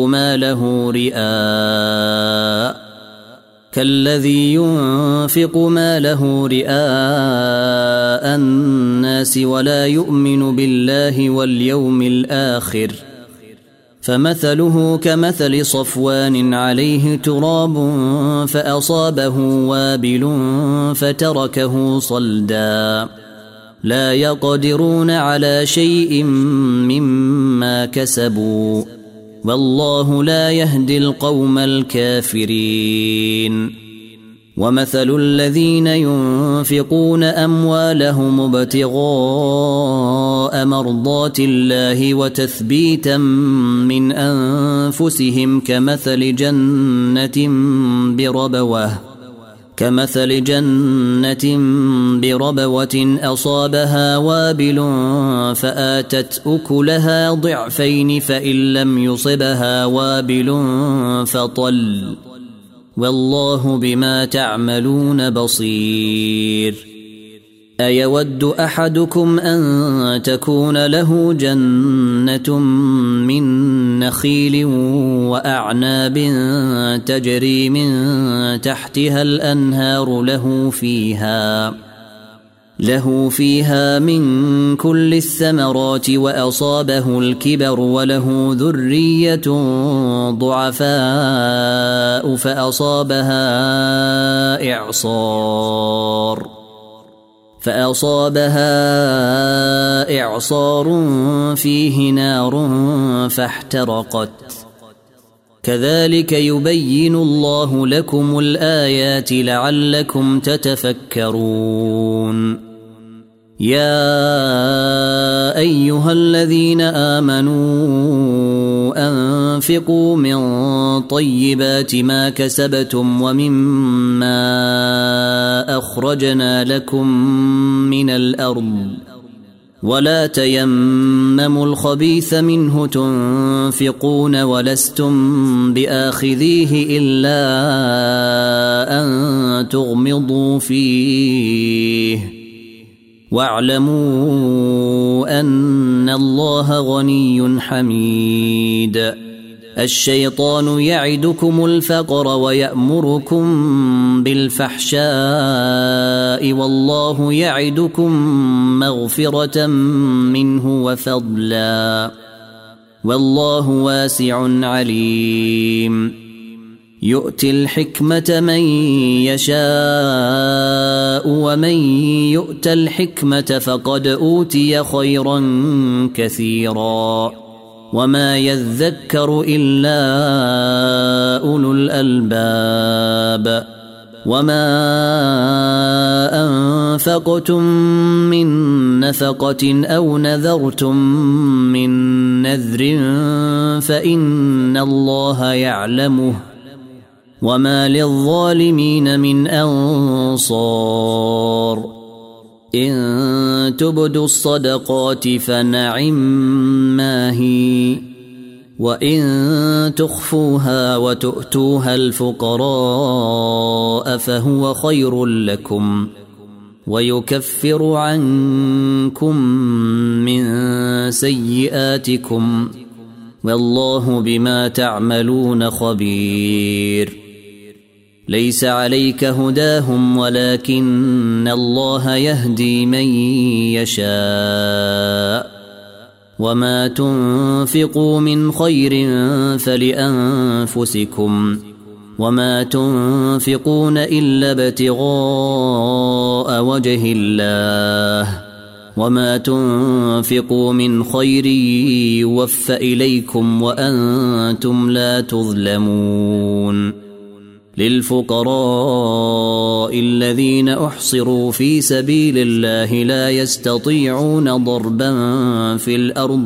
[SPEAKER 1] ماله رئاء الناس ولا يؤمن بالله واليوم الآخر فمثله كمثل صفوان عليه تراب فأصابه وابل فتركه صلدا لا يقدرون على شيء مما كسبوا والله لا يهدي القوم الكافرين ومثل الذين ينفقون أموالهم ابتغاء مرضات الله وتثبيتا من أنفسهم كمثل جنة بربوة أصابها وابل فآتت أكلها ضعفين فإن لم يصبها وابل فطل والله بما تعملون بصير أيود أحدكم أن تكون له جنة من نخيل وأعناب تجري من تحتها الأنهار له فيها من كل الثمرات وأصابه الكبر وله ذرية ضعفاء فأصابها إعصار فيه نار فاحترقت كذلك يبين الله لكم الآيات لعلكم تتفكرون يا أيها الذين آمنوا أنفقوا من طيبات ما كسبتم ومما أخرجنا لكم من الأرض ولا تيمموا الخبيث منه تنفقون ولستم بآخذيه إلا أن تغمضوا فيه واعلموا أن الله غني حميد الشيطان يعدكم الفقر ويأمركم بالفحشاء والله يعدكم مغفرة منه وفضلا والله واسع عليم يؤتي الحكمة من يشاء ومن يؤت الحكمة فقد أوتي خيرا كثيرا وما يذكر إلا أولو الألباب وما أنفقتم من نفقة أو نذرتم من نذر فإن الله يعلمه وما للظالمين من أنصار إن تبدوا الصدقات فنعم ما هي وإن تخفوها وتؤتوها الفقراء فهو خير لكم ويكفر عنكم من سيئاتكم والله بما تعملون خبير. ليس عليك هداهم ولكن الله يهدي من يشاء وما تنفقوا من خير فلأنفسكم وما تنفقون إلا ابتغاء وجه الله وما تنفقوا من خير يوفى إليكم وأنتم لا تظلمون. للفقراء الذين أحصروا في سبيل الله لا يستطيعون ضربا في الأرض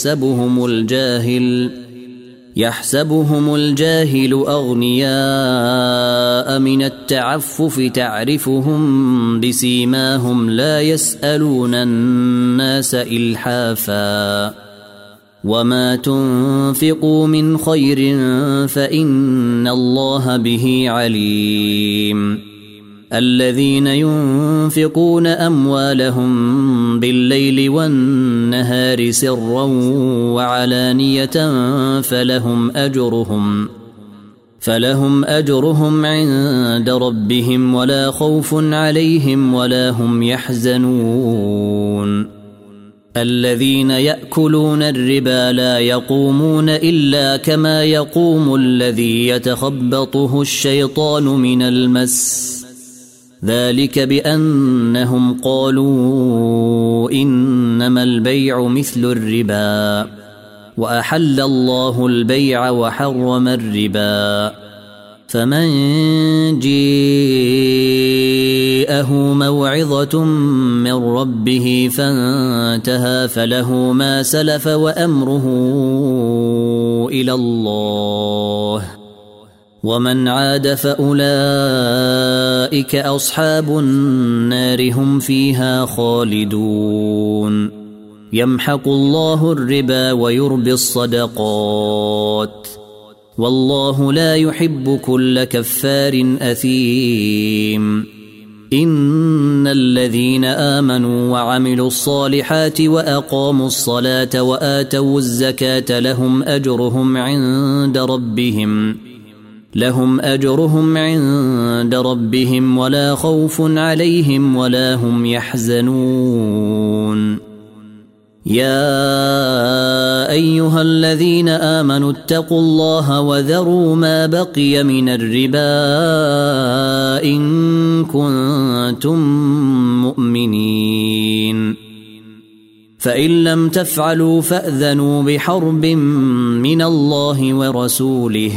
[SPEAKER 1] يحسبهم الجاهل أغنياء من التعفف تعرفهم بسيماهم لا يسألون الناس إلحافا وما تنفقوا من خير فإن الله به عليم. الذين ينفقون أموالهم بالليل والنهار سرا وعلانية فلهم أجرهم عند ربهم ولا خوف عليهم ولا هم يحزنون. الذين يأكلون الربا لا يقومون إلا كما يقوم الذي يتخبطه الشيطان من المس ذلك بأنهم قالوا إنما البيع مثل الربا وأحل الله البيع وحرم الربا. فمن جاءه موعظة من ربه فانتهى فله ما سلف وأمره إلى الله ومن عاد فأولئك أصحاب النار هم فيها خالدون. يمحق الله الربا ويربي الصدقات والله لا يحب كل كفار أثيم. إن الذين آمنوا وعملوا الصالحات وأقاموا الصلاة وآتوا الزكاة لهم أجرهم عند ربهم ولا خوف عليهم ولا هم يحزنون. يا أيها الذين آمنوا اتقوا الله وذروا ما بقي من الربا إن كنتم مؤمنين فإن لم تفعلوا فأذنوا بحرب من الله ورسوله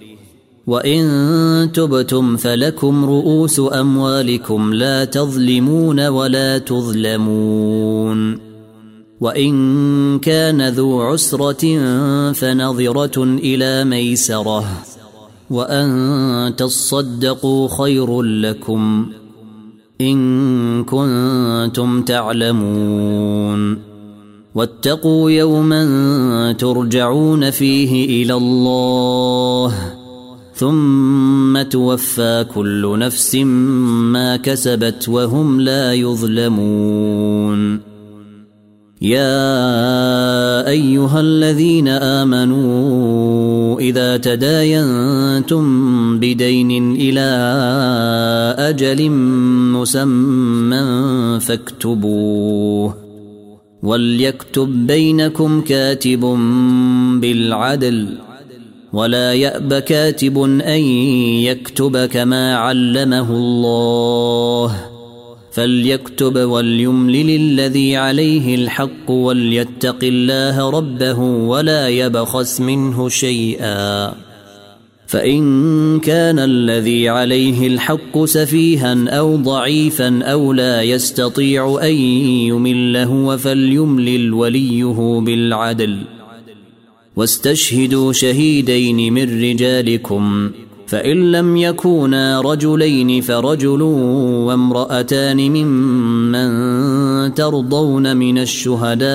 [SPEAKER 1] وإن تبتم فلكم رؤوس أموالكم لا تظلمون ولا تظلمون. وإن كان ذو عسرة فنظرة إلى ميسرة وأن تصدقوا خير لكم إن كنتم تعلمون. واتقوا يوما ترجعون فيه إلى الله ثم توفى كل نفس ما كسبت وهم لا يظلمون. يا أيها الذين آمنوا إذا تداينتم بدين إلى أجل مسمى فاكتبوه وليكتب بينكم كاتب بالعدل ولا يأب كاتب أن يكتب كما علمه الله فليكتب وليملل الذي عليه الحق وليتق الله ربه ولا يبخس منه شيئا فإن كان الذي عليه الحق سفيها أو ضعيفا أو لا يستطيع أن يمله فليملل وليه بالعدل واستشهدوا شهيدين من رجالكم فإن لم يكونا رجلين فرجل وامرأتان ممن ترضون من الشهداء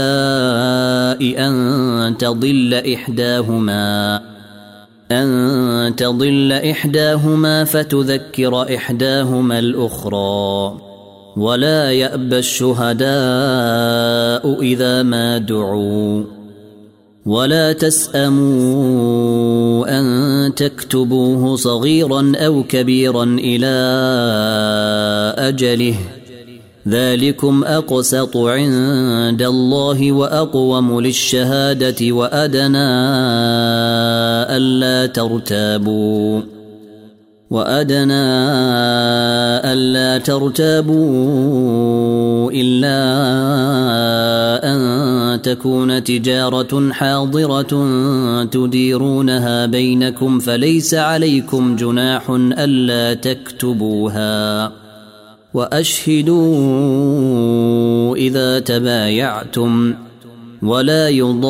[SPEAKER 1] أن تضل إحداهما فتذكر إحداهما الأخرى ولا يأبى الشهداء إذا ما دعوا ولا تسأموا أن تكتبوه صغيرا أو كبيرا إلى أجله ذلكم أقسط عند الله وأقوم للشهادة وأدنى ألا ترتابوا إلا أن تكون تجارة حاضرة تديرونها بينكم فليس عليكم جناح ألا تكتبوها وأشهدوا إذا تبايعتم ولا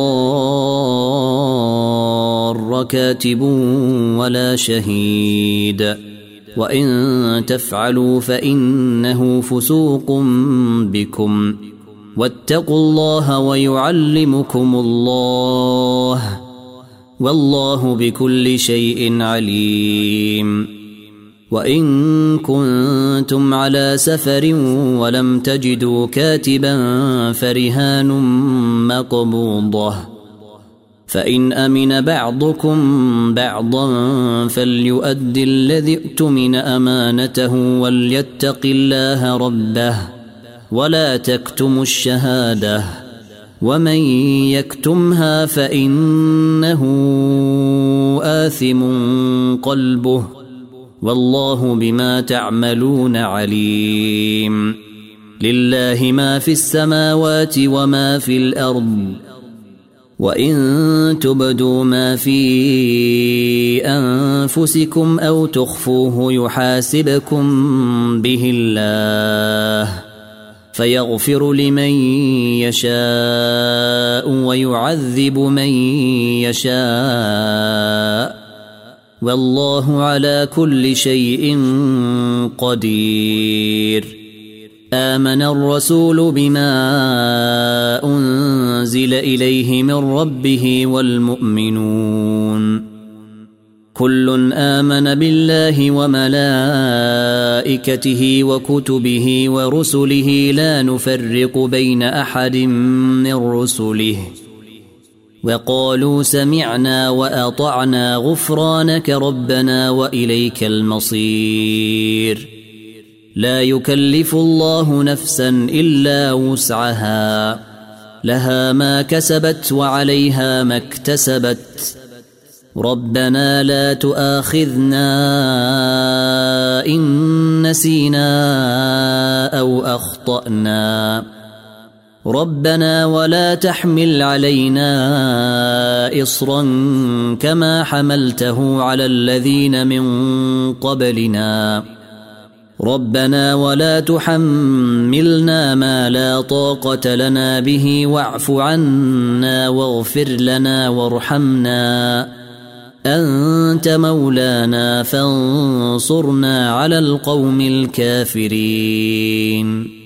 [SPEAKER 1] يضار كاتب ولا شهيد وإن تفعلوا فإنه فسوق بكم واتقوا الله ويعلمكم الله والله بكل شيء عليم. وإن كنتم على سفر ولم تجدوا كاتبا فرهان مقبوضة فإن أمن بعضكم بعضا فليؤدي الذي اؤتمن أمانته وليتق الله ربه ولا تكتموا الشهادة ومن يكتمها فإنه آثم قلبه والله بما تعملون عليم. لله ما في السماوات وما في الأرض وإن تبدوا ما في أنفسكم أو تخفوه يحاسبكم به الله فيغفر لمن يشاء ويعذب من يشاء والله على كل شيء قدير. آمن الرسول بما أنزل إليه من ربه والمؤمنون كل آمن بالله وملائكته وكتبه ورسله لا نفرق بين أحد من رسله وقالوا سمعنا وأطعنا غفرانك ربنا وإليك المصير. لا يكلف الله نفسا إلا وسعها لها ما كسبت وعليها ما اكتسبت ربنا لا تؤاخذنا إن نسينا أو أخطأنا ربنا ولا تحمل علينا إصرا كما حملته على الذين من قبلنا ربنا ولا تحملنا ما لا طاقة لنا به واعف عنا واغفر لنا وارحمنا أنت مولانا فانصرنا على القوم الكافرين.